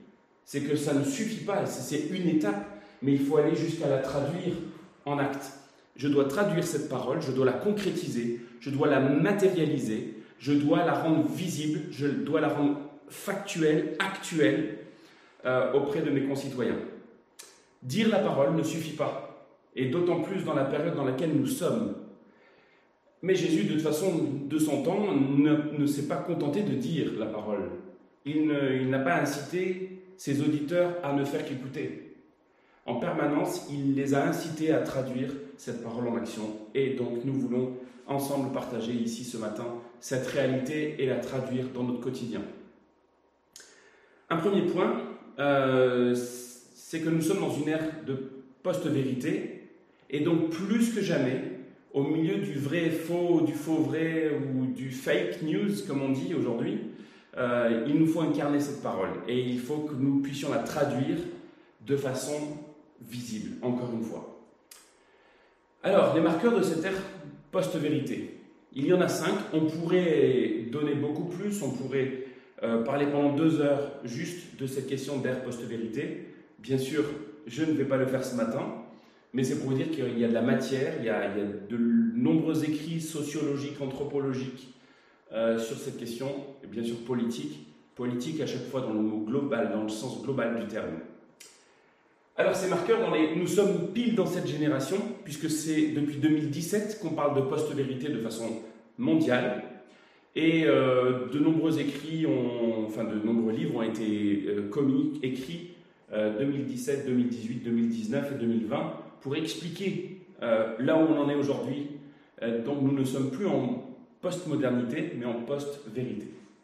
Speaker 13: c'est que ça ne suffit pas, c'est une étape, mais il faut aller jusqu'à la traduire en acte. Je dois traduire cette parole, je dois la concrétiser, je dois la matérialiser, je dois la rendre visible, je dois la rendre factuelle, actuelle auprès de mes concitoyens. Dire la parole ne suffit pas, et d'autant plus dans la période dans laquelle nous sommes. Mais Jésus, de toute façon, de son temps, ne s'est pas contenté de dire la parole. Il n'a pas incité ses auditeurs à ne faire qu'écouter. En permanence, il les a incités à traduire cette parole en action. Et donc, nous voulons ensemble partager ici ce matin cette réalité et la traduire dans notre quotidien. Un premier point, c'est que nous sommes dans une ère de post-vérité, et donc plus que jamais, au milieu du vrai faux, du faux vrai ou du fake news, comme on dit aujourd'hui, il nous faut incarner cette parole et il faut que nous puissions la traduire de façon visible, encore une fois. Alors, les marqueurs de cette ère post-vérité, il y en a 5, on pourrait donner beaucoup plus, on pourrait parler pendant 2 heures juste de cette question d'ère post-vérité. Bien sûr, je ne vais pas le faire ce matin, mais c'est pour vous dire qu'il y a de la matière, il y a de nombreux écrits sociologiques, anthropologiques sur cette question, et bien sûr politique à chaque fois dans le mot global, dans le sens global du terme. Alors ces marqueurs, nous sommes pile dans cette génération, puisque c'est depuis 2017 qu'on parle de post-vérité de façon mondiale, et de nombreux écrits, de nombreux livres ont été écrits 2017, 2018, 2019 et 2020 pour expliquer là où on en est aujourd'hui. Donc nous ne sommes plus en post-modernité, mais en post-vérité.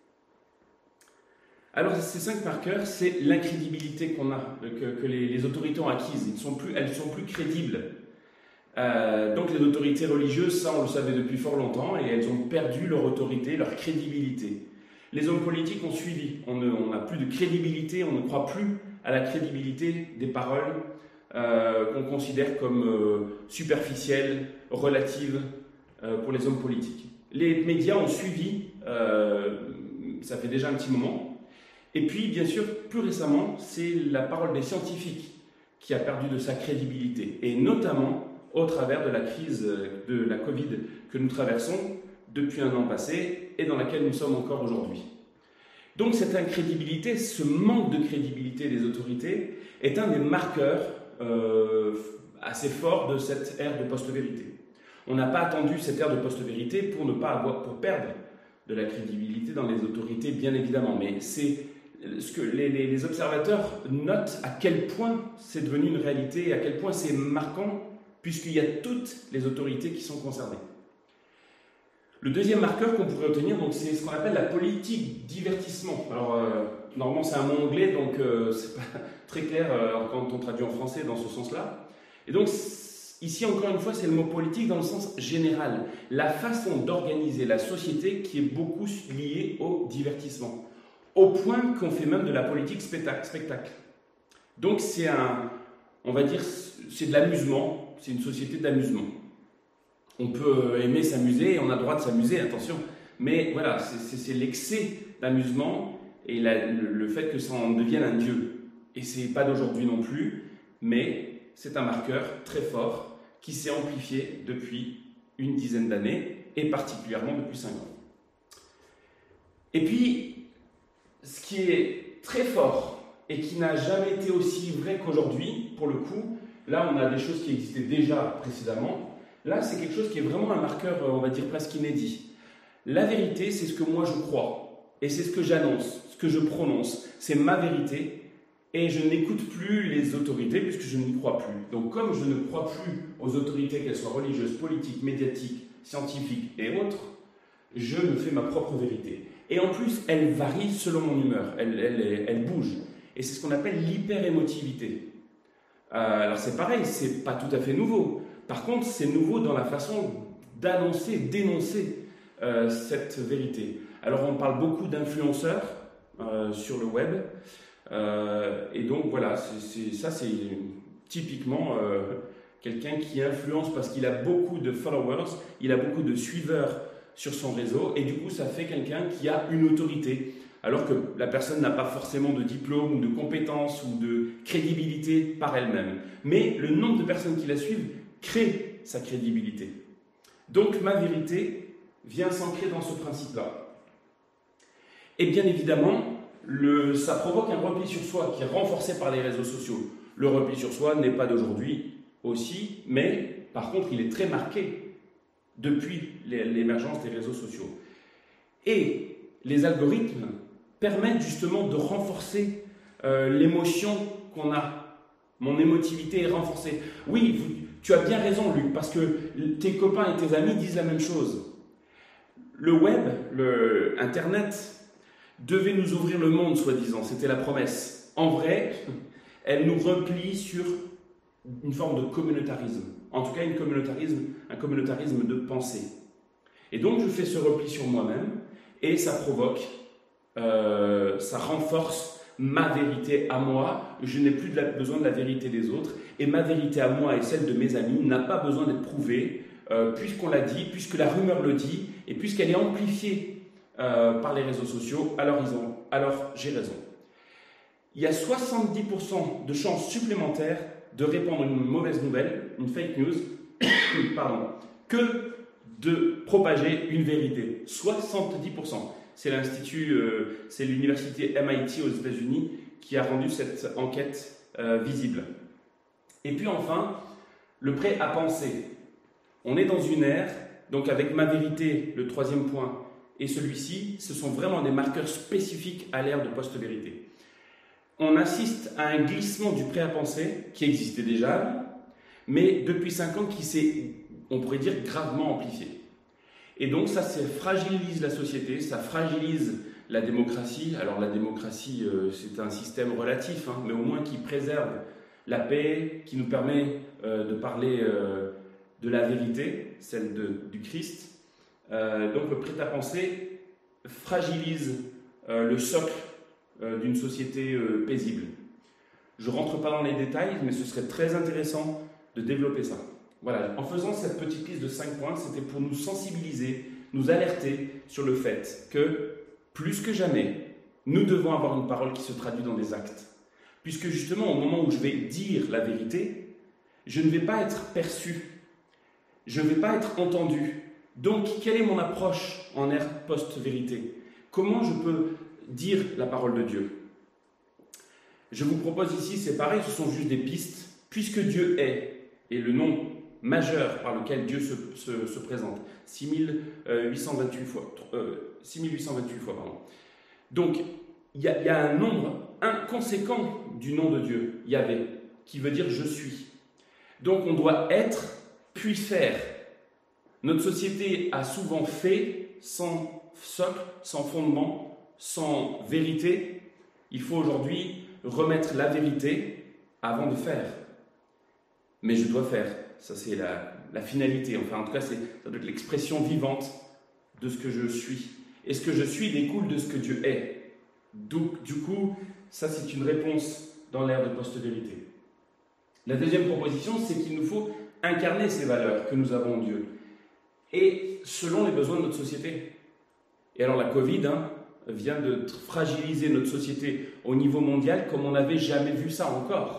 Speaker 13: Alors ces 5 marqueurs, c'est l'incrédibilité qu'on a, que les autorités ont acquise. Elles ne sont plus crédibles. Donc les autorités religieuses, ça on le savait depuis fort longtemps, et elles ont perdu leur autorité, leur crédibilité. Les hommes politiques ont suivi. On n'a plus de crédibilité, on ne croit plus à la crédibilité des paroles qu'on considère comme superficielles, relatives pour les hommes politiques. Les médias ont suivi, ça fait déjà un petit moment. Et puis, bien sûr, plus récemment, c'est la parole des scientifiques qui a perdu de sa crédibilité, et notamment au travers de la crise de la Covid que nous traversons depuis un an passé et dans laquelle nous sommes encore aujourd'hui. Donc cette incrédibilité, ce manque de crédibilité des autorités est un des marqueurs assez forts de cette ère de post-vérité. On n'a pas attendu cette ère de post-vérité pour perdre de la crédibilité dans les autorités, bien évidemment, mais c'est ce que les observateurs notent à quel point c'est devenu une réalité et à quel point c'est marquant, puisqu'il y a toutes les autorités qui sont concernées. Le deuxième marqueur qu'on pourrait obtenir, c'est ce qu'on appelle la politique divertissement. Alors, normalement, c'est un mot anglais, donc c'est pas très clair quand on traduit en français dans ce sens-là. Et donc, ici, encore une fois, c'est le mot politique dans le sens général. La façon d'organiser la société qui est beaucoup liée au divertissement. Au point qu'on fait même de la politique spectacle. Donc, on va dire, c'est de l'amusement, c'est une société d'amusement. On peut aimer s'amuser et on a le droit de s'amuser, attention. Mais voilà, c'est l'excès d'amusement et le fait que ça en devienne un dieu. Et c'est pas d'aujourd'hui non plus, mais c'est un marqueur très fort qui s'est amplifié depuis une dizaine d'années et particulièrement depuis 5 ans. Et puis, ce qui est très fort et qui n'a jamais été aussi vrai qu'aujourd'hui, pour le coup, là on a des choses qui existaient déjà précédemment. Là, c'est quelque chose qui est vraiment un marqueur, on va dire, presque inédit. La vérité, c'est ce que moi je crois. Et c'est ce que j'annonce, ce que je prononce. C'est ma vérité. Et je n'écoute plus les autorités puisque je n'y crois plus. Donc, comme je ne crois plus aux autorités, qu'elles soient religieuses, politiques, médiatiques, scientifiques et autres, je me fais ma propre vérité. Et en plus, elle varie selon mon humeur. Elle bouge. Et c'est ce qu'on appelle l'hyper-émotivité. Alors, c'est pareil, c'est pas tout à fait nouveau. Par contre, c'est nouveau dans la façon d'annoncer, d'énoncer cette vérité. Alors, on parle beaucoup d'influenceurs sur le web. Et donc, voilà, c'est typiquement quelqu'un qui influence parce qu'il a beaucoup de followers, il a beaucoup de suiveurs sur son réseau. Et du coup, ça fait quelqu'un qui a une autorité. alors que la personne n'a pas forcément de diplôme ou de compétences ou de crédibilité par elle-même. Mais le nombre de personnes qui la suivent crée sa crédibilité. Donc ma vérité vient s'ancrer dans ce principe-là. Et bien évidemment, ça provoque un repli sur soi qui est renforcé par les réseaux sociaux. Le repli sur soi n'est pas d'aujourd'hui aussi, mais par contre il est très marqué depuis l'émergence des réseaux sociaux. Et les algorithmes permettent justement de renforcer l'émotion qu'on a. Mon émotivité est renforcée. Oui, tu as bien raison, Luc, parce que tes copains et tes amis disent la même chose. Le web, Internet, devait nous ouvrir le monde, soi-disant. C'était la promesse. En vrai, elle nous replie sur une forme de communautarisme. En tout cas, un communautarisme de pensée. Et donc, je fais ce repli sur moi-même, et ça provoque, ça renforce ma vérité à moi. Je n'ai plus besoin de la vérité des autres, et ma vérité à moi et celle de mes amis n'a pas besoin d'être prouvée, puisqu'on l'a dit, puisque la rumeur le dit, et puisqu'elle est amplifiée par les réseaux sociaux, alors j'ai raison. Il y a 70% de chances supplémentaires de répandre une mauvaise nouvelle, une fake news, que de propager une vérité. 70%. C'est c'est l'université MIT aux États-Unis qui a rendu cette enquête visible. Et puis enfin, le prêt à penser. On est dans une ère, donc avec ma vérité, le troisième point, et celui-ci, ce sont vraiment des marqueurs spécifiques à l'ère de post-vérité. On assiste à un glissement du prêt à penser qui existait déjà, mais depuis 5 ans qui s'est, on pourrait dire, gravement amplifié. Et donc ça fragilise la société, ça fragilise la démocratie. Alors la démocratie, c'est un système relatif, mais au moins qui préserve la paix, qui nous permet de parler de la vérité, celle du Christ. Donc le prêt-à-penser fragilise le socle d'une société paisible. Je ne rentre pas dans les détails, mais ce serait très intéressant de développer ça. Voilà, en faisant cette petite liste de 5 points, c'était pour nous sensibiliser, nous alerter sur le fait que, plus que jamais, nous devons avoir une parole qui se traduit dans des actes. Puisque justement, au moment où je vais dire la vérité, je ne vais pas être perçu, je ne vais pas être entendu. Donc, quelle est mon approche en ère post-vérité? Comment je peux dire la parole de Dieu? Je vous propose ici, c'est pareil, ce sont juste des pistes. Puisque Dieu est, et le nom majeur par lequel Dieu se présente, 6828 fois. Donc, il y a un nombre inconséquent du nom de Dieu, Yahvé, qui veut dire « je suis ». Donc, on doit être, puis faire. Notre société a souvent fait sans socle, sans fondement, sans vérité. Il faut aujourd'hui remettre la vérité avant de faire. Mais je dois faire. Ça, c'est la finalité. Enfin, en tout cas, ça doit être l'expression vivante de ce que je suis. Et ce que je suis découle de ce que Dieu est. Donc, du coup, ça, c'est une réponse dans l'ère de post-vérité. La deuxième proposition, c'est qu'il nous faut incarner ces valeurs que nous avons en Dieu. Et selon les besoins de notre société. Et alors, la Covid vient de fragiliser notre société au niveau mondial comme on n'avait jamais vu ça encore.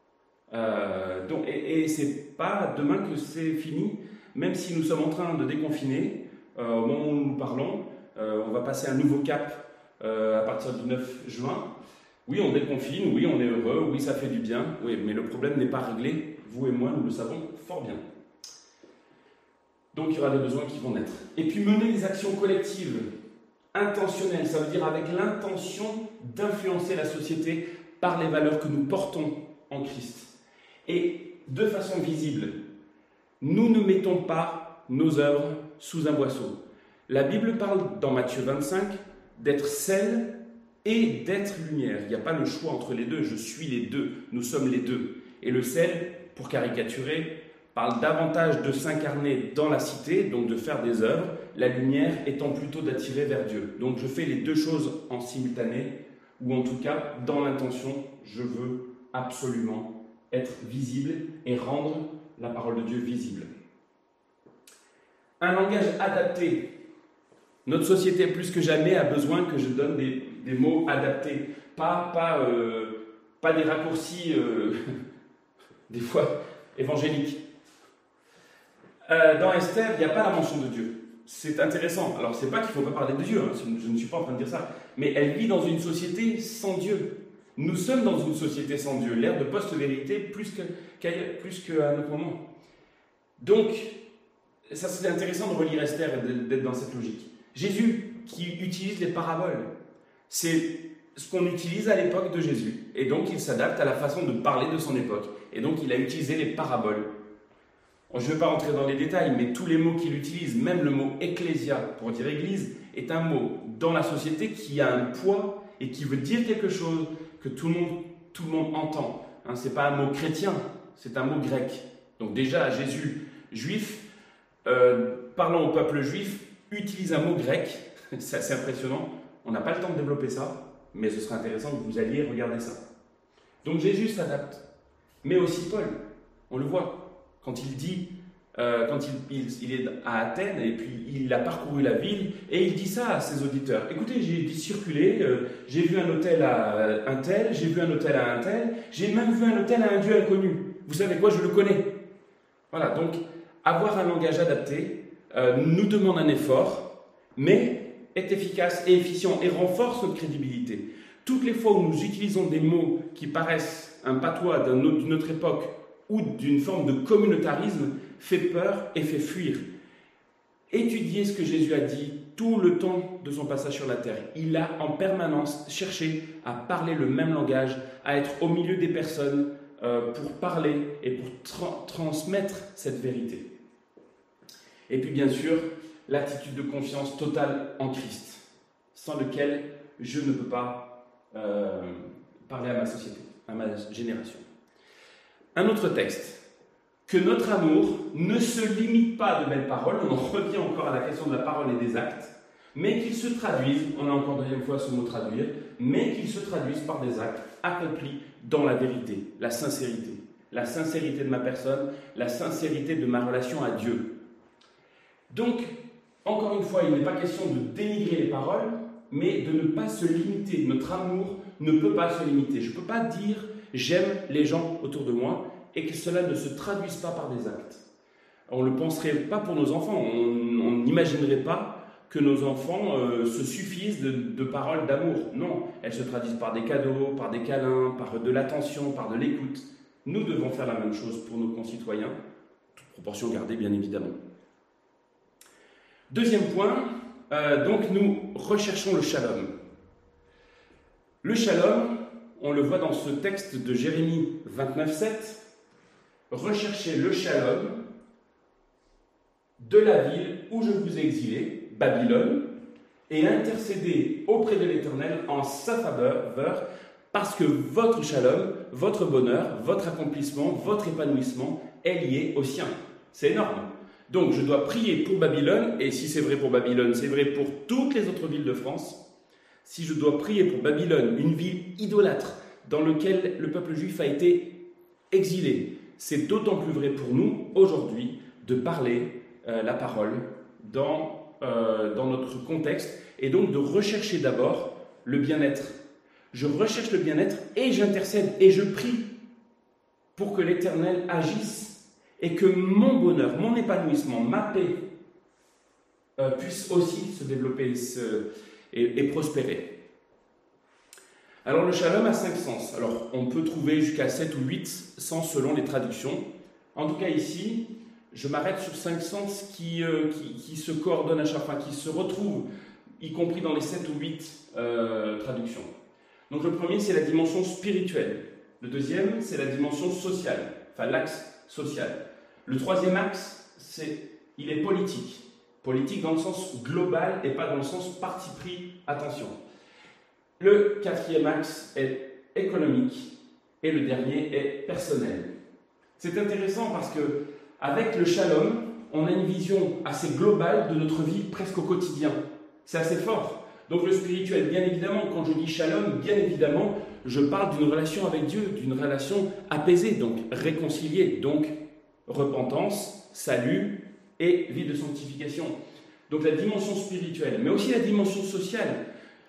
Speaker 13: Et c'est pas demain que c'est fini, même si nous sommes en train de déconfiner, au moment où nous parlons, on va passer un nouveau cap à partir du 9 juin. Oui, on déconfine, oui, on est heureux, oui, ça fait du bien, oui, mais le problème n'est pas réglé, vous et moi, nous le savons fort bien. Donc il y aura des besoins qui vont naître. Et puis mener des actions collectives, intentionnelles, ça veut dire avec l'intention d'influencer la société par les valeurs que nous portons en Christ. Et de façon visible, nous ne mettons pas nos œuvres sous un boisseau. La Bible parle dans Matthieu 25 d'être sel et d'être lumière. Il n'y a pas le choix entre les deux, je suis les deux, nous sommes les deux. Et le sel, pour caricaturer, parle davantage de s'incarner dans la cité, donc de faire des œuvres, la lumière étant plutôt d'attirer vers Dieu. Donc je fais les deux choses en simultané, ou en tout cas, dans l'intention, je veux absolument être visible et rendre la parole de Dieu visible. Un langage adapté. Notre société, plus que jamais, a besoin que je donne des mots adaptés, pas des raccourcis, des fois évangéliques. Dans Esther, il n'y a pas la mention de Dieu. C'est intéressant. Alors, c'est pas qu'il ne faut pas parler de Dieu, hein, je ne suis pas en train de dire ça, mais elle vit dans une société sans Dieu. Nous sommes dans une société sans Dieu, l'ère de post-vérité plus qu'à un autre moment. Donc, ça c'est intéressant de relire Esther et d'être dans cette logique. Jésus qui utilise les paraboles, c'est ce qu'on utilise à l'époque de Jésus, et donc il s'adapte à la façon de parler de son époque, et donc il a utilisé les paraboles. Je ne vais pas rentrer dans les détails, mais tous les mots qu'il utilise, même le mot ecclésia pour dire église, est un mot dans la société qui a un poids et qui veut dire quelque chose que tout le monde entend. Hein, ce n'est pas un mot chrétien, c'est un mot grec. Donc déjà, Jésus, juif, parlant au peuple juif, utilise un mot grec. C'est assez impressionnant. On n'a pas le temps de développer ça, mais ce serait intéressant que vous alliez regarder ça. Donc Jésus s'adapte. Mais aussi Paul, on le voit. Quand il dit, quand il est à Athènes et puis il a parcouru la ville et il dit ça à ses auditeurs. Écoutez, j'ai circulé, j'ai vu un hôtel à un tel, j'ai vu un hôtel à un tel, j'ai même vu un hôtel à un dieu inconnu. Vous savez quoi, je le connais. Voilà, donc avoir un langage adapté nous demande un effort, mais est efficace et efficient et renforce notre crédibilité. Toutes les fois où nous utilisons des mots qui paraissent un patois d'une autre époque ou d'une forme de communautarisme, fait peur et fait fuir. Étudiez ce que Jésus a dit tout le temps de son passage sur la terre. Il a en permanence cherché à parler le même langage, à être au milieu des personnes pour parler et pour transmettre cette vérité. Et puis bien sûr, l'attitude de confiance totale en Christ, sans lequel je ne peux pas parler à ma société, à ma génération. Un autre texte. Que notre amour ne se limite pas à de belles paroles, on en revient encore à la question de la parole et des actes, mais qu'il se traduise, on a encore deuxième fois ce mot traduire, mais qu'il se traduise par des actes accomplis dans la vérité, la sincérité de ma personne, la sincérité de ma relation à Dieu. Donc, encore une fois, il n'est pas question de dénigrer les paroles, mais de ne pas se limiter. Notre amour ne peut pas se limiter. Je ne peux pas dire « j'aime les gens autour de moi » et que cela ne se traduise pas par des actes. On ne le penserait pas pour nos enfants. On n'imaginerait pas que nos enfants se suffisent de paroles d'amour. Non, elles se traduisent par des cadeaux, par des câlins, par de l'attention, par de l'écoute. Nous devons faire la même chose pour nos concitoyens, toute proportion gardée bien évidemment. Deuxième point, donc nous recherchons le shalom. Le shalom, on le voit dans ce texte de Jérémie 29,7, recherchez le shalom de la ville où je vous ai exilé, Babylone, et intercédez auprès de l'Éternel en sa faveur, parce que votre shalom, votre bonheur, votre accomplissement, votre épanouissement est lié au sien. C'est énorme. Donc je dois prier pour Babylone, et si c'est vrai pour Babylone, c'est vrai pour toutes les autres villes de France. Si je dois prier pour Babylone, une ville idolâtre dans laquelle le peuple juif a été exilé, c'est d'autant plus vrai pour nous aujourd'hui de parler la parole dans notre contexte et donc de rechercher d'abord le bien-être. Je recherche le bien-être et j'intercède et je prie pour que l'Éternel agisse et que mon bonheur, mon épanouissement, ma paix puisse aussi se développer et prospérer. Alors le shalom a 5 sens. Alors on peut trouver jusqu'à 7 ou 8 sens selon les traductions. En tout cas ici, je m'arrête sur 5 sens qui se coordonnent à chaque fois, qui se retrouvent, y compris dans les 7 ou 8 traductions. Donc le premier, c'est la dimension spirituelle. Le deuxième, c'est la dimension sociale, enfin l'axe social. Le troisième axe, il est politique. Politique dans le sens global et pas dans le sens parti pris, attention. Le quatrième axe est économique et le dernier est personnel. C'est intéressant parce que avec le shalom, on a une vision assez globale de notre vie presque au quotidien. C'est assez fort. Donc le spirituel, bien évidemment, quand je dis shalom, bien évidemment, je parle d'une relation avec Dieu, d'une relation apaisée, donc réconciliée, donc repentance, salut et vie de sanctification. Donc la dimension spirituelle, mais aussi la dimension sociale.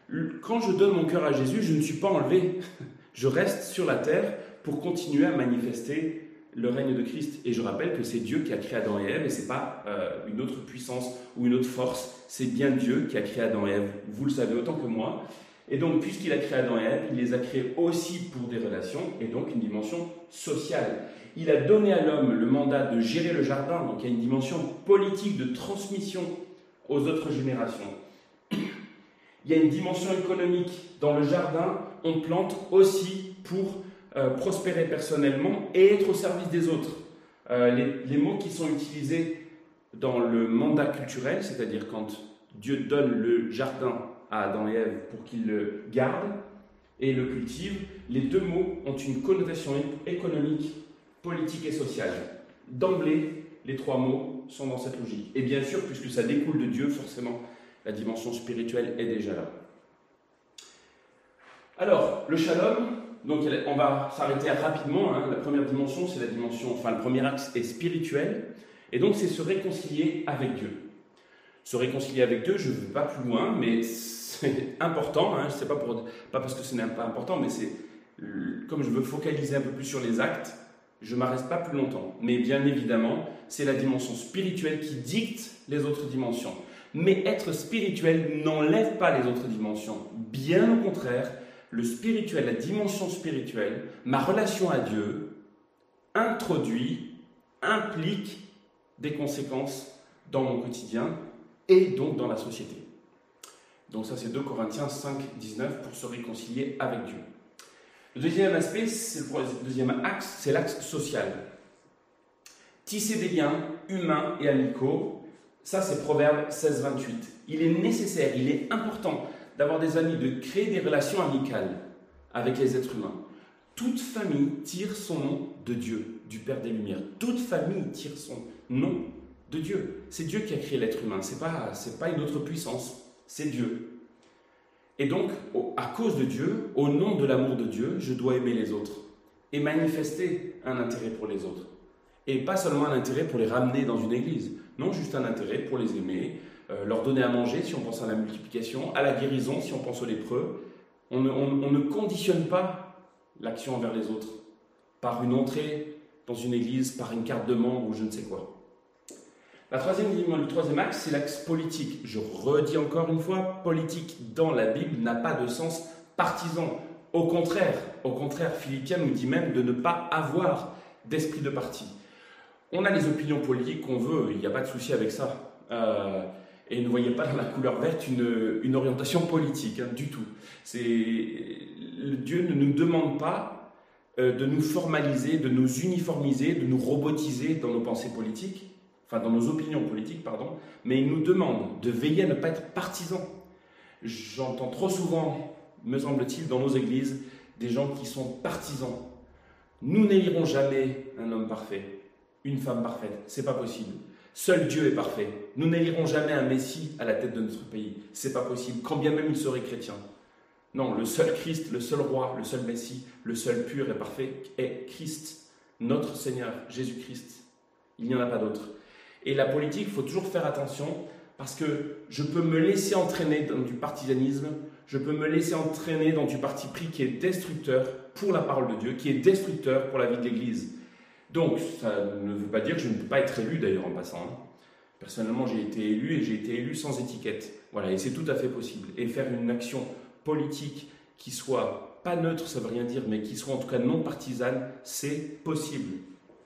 Speaker 13: Quand je donne mon cœur à Jésus, je ne suis pas enlevé. Je reste sur la terre pour continuer à manifester le règne de Christ. Et je rappelle que c'est Dieu qui a créé Adam et Ève, et ce n'est pas une autre puissance ou une autre force. C'est bien Dieu qui a créé Adam et Ève. Vous le savez autant que moi. Et donc, puisqu'il a créé Adam et Ève, il les a créés aussi pour des relations, et donc une dimension sociale. Il a donné à l'homme le mandat de gérer le jardin, donc il y a une dimension politique de transmission aux autres générations. Il y a une dimension économique. Dans le jardin, on plante aussi pour prospérer personnellement et être au service des autres. Les mots qui sont utilisés dans le mandat culturel, c'est-à-dire quand Dieu donne le jardin à Adam et Ève pour qu'ils le gardent et le cultivent, les deux mots ont une connotation économique, politique et sociale. D'emblée, les trois mots sont dans cette logique. Et bien sûr, puisque ça découle de Dieu, forcément, la dimension spirituelle est déjà là. Alors, le shalom, donc on va s'arrêter rapidement. La première dimension, c'est la dimension, le premier axe est spirituel, et donc c'est se réconcilier avec Dieu. Se réconcilier avec Dieu, je ne vais pas plus loin, mais c'est important. C'est pas parce que ce n'est pas important, mais c'est comme je veux focaliser un peu plus sur les actes, je ne m'arrête pas plus longtemps. Mais bien évidemment, c'est la dimension spirituelle qui dicte les autres dimensions. Mais être spirituel n'enlève pas les autres dimensions. Bien au contraire, le spirituel, la dimension spirituelle, ma relation à Dieu, implique des conséquences dans mon quotidien et donc dans la société. Donc ça, c'est 2 Corinthiens 5, 19 pour se réconcilier avec Dieu. Le deuxième aspect, c'est le deuxième axe, c'est l'axe social. Tisser des liens humains et amicaux, ça c'est Proverbe 16, 28. Il est nécessaire, il est important d'avoir des amis, de créer des relations amicales avec les êtres humains. Toute famille tire son nom de Dieu, du Père des Lumières. Toute famille tire son nom de Dieu. C'est Dieu qui a créé l'être humain, c'est pas une autre puissance, c'est Dieu. Et donc, à cause de Dieu, au nom de l'amour de Dieu, je dois aimer les autres et manifester un intérêt pour les autres. Et pas seulement un intérêt pour les ramener dans une église, non, juste un intérêt pour les aimer, leur donner à manger si on pense à la multiplication, à la guérison si on pense aux lépreux. On ne conditionne pas l'action envers les autres par une entrée dans une église, par une carte de membre ou je ne sais quoi. Le troisième axe, c'est l'axe politique. Je redis encore une fois, politique dans la Bible n'a pas de sens partisan. Au contraire, Philippiens nous dit même de ne pas avoir d'esprit de parti. On a les opinions politiques qu'on veut, il n'y a pas de souci avec ça. Et ne voyez pas dans la couleur verte une orientation politique, du tout. Dieu ne nous demande pas de nous formaliser, de nous uniformiser, de nous robotiser dans nos pensées politiques, dans nos opinions politiques, mais il nous demande de veiller à ne pas être partisans. J'entends trop souvent, me semble-t-il, dans nos églises, des gens qui sont partisans. Nous n'élirons jamais un homme parfait, une femme parfaite, c'est pas possible. Seul Dieu est parfait. Nous n'élirons jamais un Messie à la tête de notre pays. C'est pas possible, quand bien même il serait chrétien. Non, le seul Christ, le seul roi, le seul Messie, le seul pur et parfait est Christ, notre Seigneur, Jésus-Christ. Il n'y en a pas d'autre. Et la politique, il faut toujours faire attention parce que je peux me laisser entraîner dans du partisanisme, je peux me laisser entraîner dans du parti pris qui est destructeur pour la parole de Dieu, qui est destructeur pour la vie de l'Église. Donc, ça ne veut pas dire que je ne peux pas être élu d'ailleurs en passant. Personnellement, j'ai été élu et j'ai été élu sans étiquette. Voilà, et c'est tout à fait possible. Et faire une action politique qui soit pas neutre, ça ne veut rien dire, mais qui soit en tout cas non partisane, c'est possible.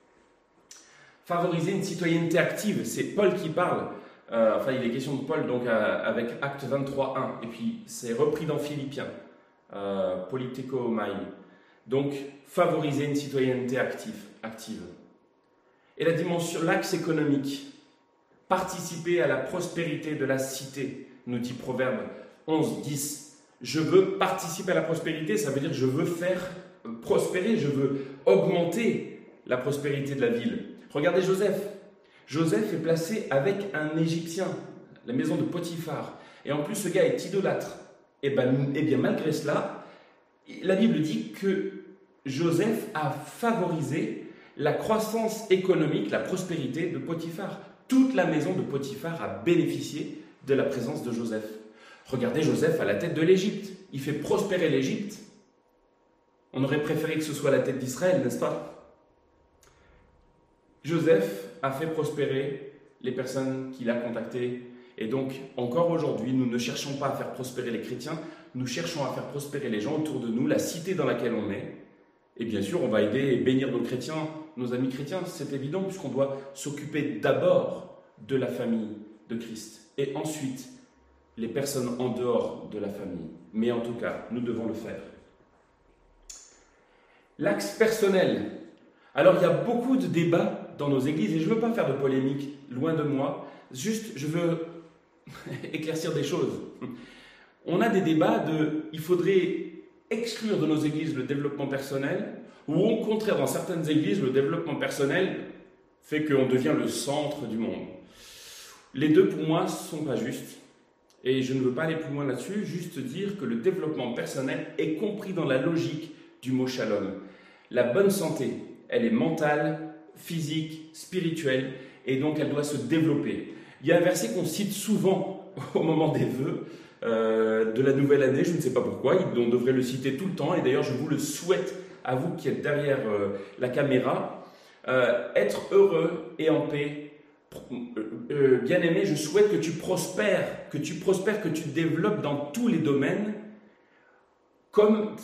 Speaker 13: Favoriser une citoyenneté active, c'est Paul qui parle. Il est question de Paul donc avec Acte 23.1, et puis c'est repris dans Philippiens, Politékomai. Donc, favoriser une citoyenneté active. Et la dimension, l'axe économique, participer à la prospérité de la cité, nous dit Proverbe 11.10. Je veux participer à la prospérité, ça veut dire que je veux faire prospérer, je veux augmenter la prospérité de la ville. Regardez Joseph. Joseph est placé avec un Égyptien, la maison de Potiphar. Et en plus, ce gars est idolâtre. Et bien malgré cela, la Bible dit que Joseph a favorisé la croissance économique, la prospérité de Potiphar. Toute la maison de Potiphar a bénéficié de la présence de Joseph. Regardez Joseph à la tête de l'Égypte. Il fait prospérer l'Égypte. On aurait préféré que ce soit la tête d'Israël, n'est-ce pas? Joseph a fait prospérer les personnes qu'il a contactées. Et donc, encore aujourd'hui, nous ne cherchons pas à faire prospérer les chrétiens, nous cherchons à faire prospérer les gens autour de nous, la cité dans laquelle on est. Et bien sûr, on va aider et bénir nos chrétiens, nos amis chrétiens, c'est évident, puisqu'on doit s'occuper d'abord de la famille de Christ. Et ensuite, les personnes en dehors de la famille. Mais en tout cas, nous devons le faire. L'axe personnel. Alors, il y a beaucoup de débats dans nos églises, et je ne veux pas faire de polémique, loin de moi. Juste, je veux éclaircir des choses. On a des débats il faudrait exclure de nos églises le développement personnel, ou au contraire, dans certaines églises, le développement personnel fait qu'on devient le centre du monde. Les deux, pour moi, ne sont pas justes. Et je ne veux pas aller plus loin là-dessus, juste dire que le développement personnel est compris dans la logique du mot shalom. La bonne santé, elle est mentale, physique, spirituelle, et donc elle doit se développer. Il y a un verset qu'on cite souvent au moment des vœux de la nouvelle année, je ne sais pas pourquoi, on devrait le citer tout le temps, et d'ailleurs je vous le souhaite à vous qui êtes derrière la caméra, être heureux et en paix. Bien-aimé, je souhaite que tu prospères, que tu développes dans tous les domaines, comme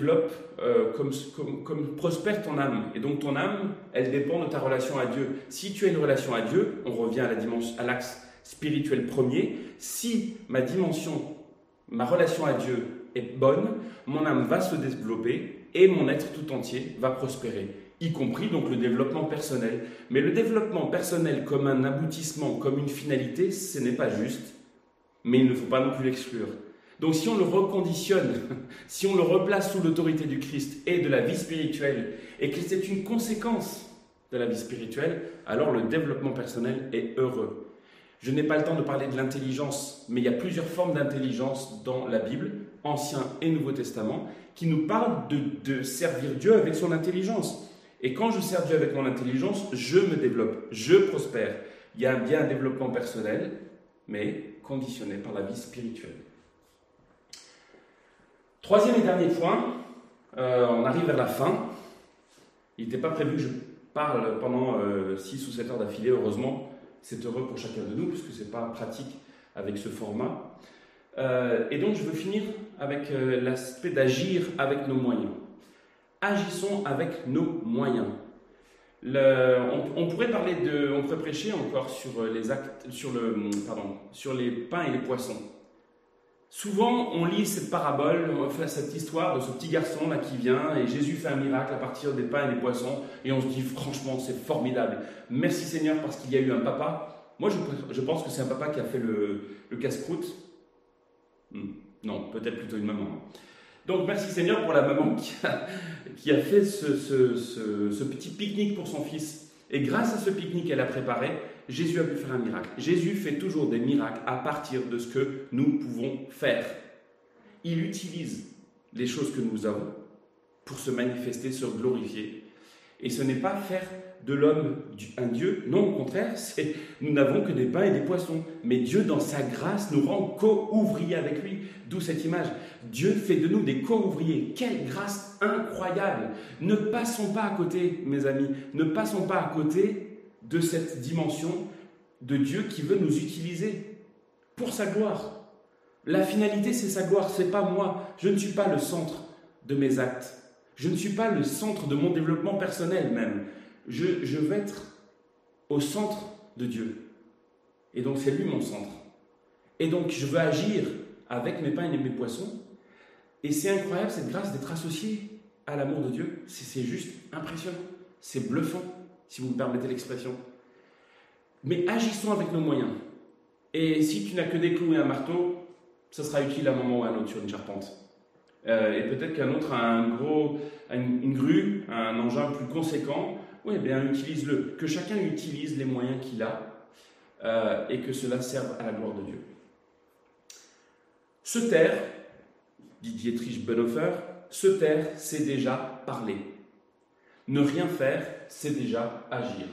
Speaker 13: prospère ton âme. Et donc ton âme, elle dépend de ta relation à Dieu. Si tu as une relation à Dieu, on revient à l'axe spirituel premier, si ma relation à Dieu est bonne, mon âme va se développer et mon être tout entier va prospérer, y compris donc le développement personnel. Mais le développement personnel comme un aboutissement, comme une finalité, ce n'est pas juste, mais il ne faut pas non plus l'exclure. Donc si on le reconditionne, si on le replace sous l'autorité du Christ et de la vie spirituelle, et que c'est une conséquence de la vie spirituelle, alors le développement personnel est heureux. Je n'ai pas le temps de parler de l'intelligence, mais il y a plusieurs formes d'intelligence dans la Bible, Ancien et Nouveau Testament, qui nous parlent de servir Dieu avec son intelligence. Et quand je sers Dieu avec mon intelligence, je me développe, je prospère. Il y a bien un développement personnel, mais conditionné par la vie spirituelle. Troisième et dernier point, on arrive vers la fin. Il n'était pas prévu que je parle pendant 6 ou 7 heures d'affilée, heureusement. C'est heureux pour chacun de nous, puisque ce n'est pas pratique avec ce format. Et donc, je veux finir avec l'aspect d'agir avec nos moyens. Agissons avec nos moyens. On pourrait prêcher encore sur les pains et les poissons. Souvent, on lit cette parabole, on fait cette histoire de ce petit garçon là qui vient et Jésus fait un miracle à partir des pains et des poissons et on se dit franchement c'est formidable. Merci Seigneur parce qu'il y a eu un papa. Moi je pense que c'est un papa qui a fait le casse-croûte. Non, peut-être plutôt une maman. Donc merci Seigneur pour la maman qui a fait ce petit pique-nique pour son fils. Et grâce à ce pique-nique qu'elle a préparé, Jésus a pu faire un miracle. Jésus fait toujours des miracles à partir de ce que nous pouvons faire. Il utilise les choses que nous avons pour se manifester, se glorifier. Et ce n'est pas faire de l'homme un Dieu. Non, au contraire, nous n'avons que des pains et des poissons. Mais Dieu, dans sa grâce, nous rend co-ouvriers avec lui. D'où cette image. Dieu fait de nous des co-ouvriers. Quelle grâce incroyable! Ne passons pas à côté, mes amis. Ne passons pas à côté de cette dimension de Dieu qui veut nous utiliser pour sa gloire. La finalité, c'est sa gloire. C'est pas moi. Je ne suis pas le centre de mes actes. Je ne suis pas le centre de mon développement personnel même. Je veux être au centre de Dieu. Et donc, c'est lui mon centre. Et donc, je veux agir avec mes pains et mes poissons. Et c'est incroyable, cette grâce d'être associé à l'amour de Dieu. C'est juste impressionnant. C'est bluffant, si vous me permettez l'expression. Mais agissons avec nos moyens. Et si tu n'as que des clous et un marteau, ça sera utile à un moment ou à un autre sur une charpente. Et peut-être qu'un autre a une grue, un engin plus conséquent. Oui, bien, utilise-le. Que chacun utilise les moyens qu'il a et que cela serve à la gloire de Dieu. Se taire, dit Dietrich Bonhoeffer, se taire, c'est déjà parler. Ne rien faire, c'est déjà agir.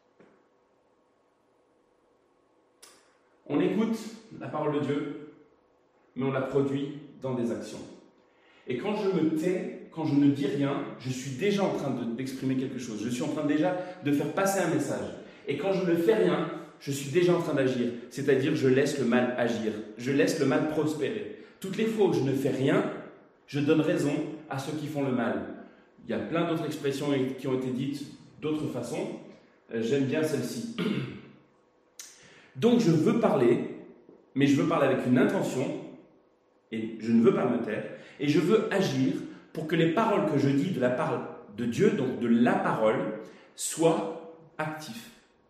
Speaker 13: On écoute la parole de Dieu mais on la produit dans des actions. Et quand je me tais, quand je ne dis rien, je suis déjà en train d'exprimer quelque chose. Je suis en train déjà de faire passer un message. Et quand je ne fais rien, je suis déjà en train d'agir. C'est-à-dire, je laisse le mal agir. Je laisse le mal prospérer. Toutes les fois où je ne fais rien, je donne raison à ceux qui font le mal. Il y a plein d'autres expressions qui ont été dites d'autres façons. J'aime bien celle-ci. Donc, je veux parler, mais je veux parler avec une intention, et je ne veux pas me taire, et je veux agir pour que les paroles que je dis de la part de Dieu, donc de la parole, soient actives.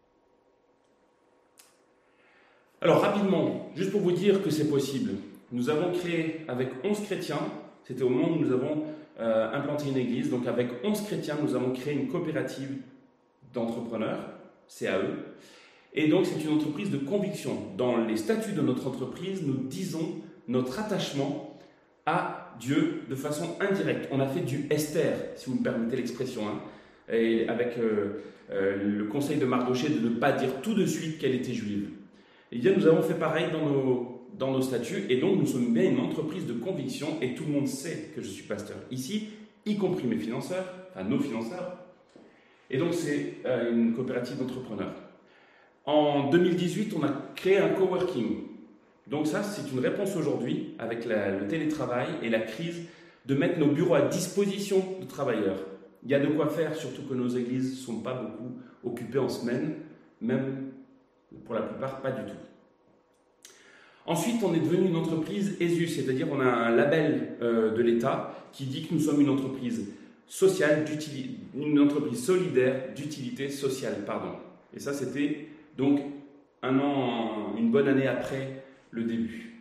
Speaker 13: Alors rapidement, juste pour vous dire que c'est possible, nous avons créé avec 11 chrétiens, c'était au moment où nous avons implanté une église, donc avec 11 chrétiens, nous avons créé une coopérative d'entrepreneurs, CAE, et donc c'est une entreprise de conviction. Dans les statuts de notre entreprise, nous disons notre attachement à Dieu de façon indirecte. On a fait du Esther, si vous me permettez l'expression, et avec le conseil de Mardochée de ne pas dire tout de suite qu'elle était juive. Et bien, nous avons fait pareil dans nos statuts, et donc nous sommes bien une entreprise de conviction, et tout le monde sait que je suis pasteur ici, y compris mes financeurs, enfin nos financeurs. Et donc c'est une coopérative d'entrepreneurs. En 2018, on a créé un coworking. Donc ça, c'est une réponse aujourd'hui, avec le télétravail et la crise, de mettre nos bureaux à disposition de travailleurs. Il y a de quoi faire, surtout que nos églises ne sont pas beaucoup occupées en semaine, même pour la plupart, pas du tout. Ensuite, on est devenu une entreprise ESU, c'est-à-dire on a un label de l'État qui dit que nous sommes une entreprise sociale, une entreprise solidaire d'utilité sociale. Et ça, c'était donc une bonne année après le début.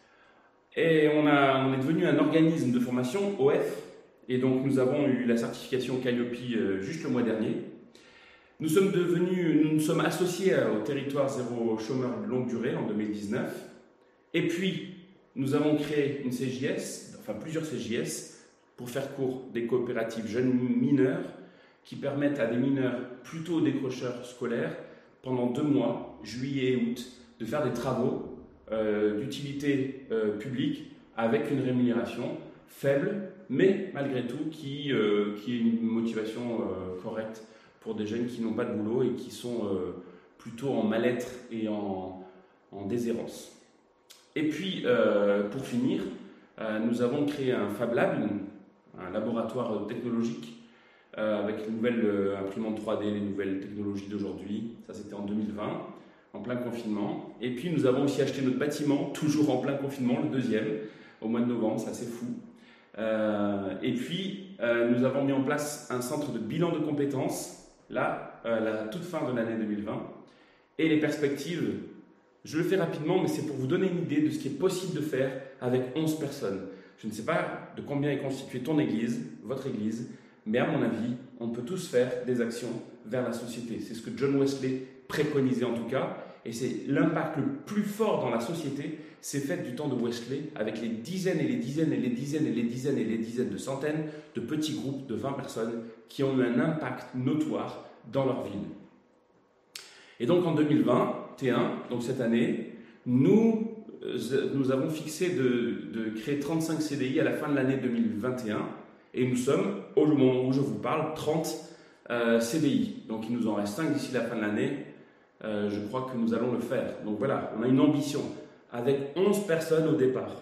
Speaker 13: Et on est devenu un organisme de formation, OF, et donc nous avons eu la certification Calliope juste le mois dernier. Nous sommes associés au territoire zéro chômeur de longue durée en 2019. Et puis, nous avons créé une CJS, enfin plusieurs CJS, pour faire court, des coopératives jeunes mineurs qui permettent à des mineurs plutôt décrocheurs scolaires, pendant 2 mois, juillet et août, de faire des travaux d'utilité publique avec une rémunération faible, mais malgré tout qui est une motivation correcte pour des jeunes qui n'ont pas de boulot et qui sont plutôt en mal-être et en déshérence. Et puis, pour finir, nous avons créé un Fab Lab, un laboratoire technologique avec les nouvelles imprimantes 3D, les nouvelles technologies d'aujourd'hui. Ça, c'était en 2020, en plein confinement. Et puis, nous avons aussi acheté notre bâtiment, toujours en plein confinement, le 2e, au mois de novembre, c'est assez fou. Et puis, nous avons mis en place un centre de bilan de compétences, là, à la toute fin de l'année 2020. Et les perspectives, je le fais rapidement, mais c'est pour vous donner une idée de ce qui est possible de faire avec 11 personnes. Je ne sais pas de combien est constituée ton église, votre église, mais à mon avis, on peut tous faire des actions vers la société. C'est ce que John Wesley préconisait en tout cas, et c'est l'impact le plus fort dans la société, c'est fait du temps de Wesley, avec les dizaines et les dizaines et les dizaines et les dizaines et les dizaines de centaines de petits groupes de 20 personnes qui ont eu un impact notoire dans leur ville. Et donc en 2021, donc cette année, nous avons fixé de créer 35 CDI à la fin de l'année 2021, et nous sommes, au moment où je vous parle, 30 CDI. Donc il nous en reste 5 d'ici la fin de l'année. Je crois que nous allons le faire. Donc voilà, on a une ambition avec 11 personnes au départ.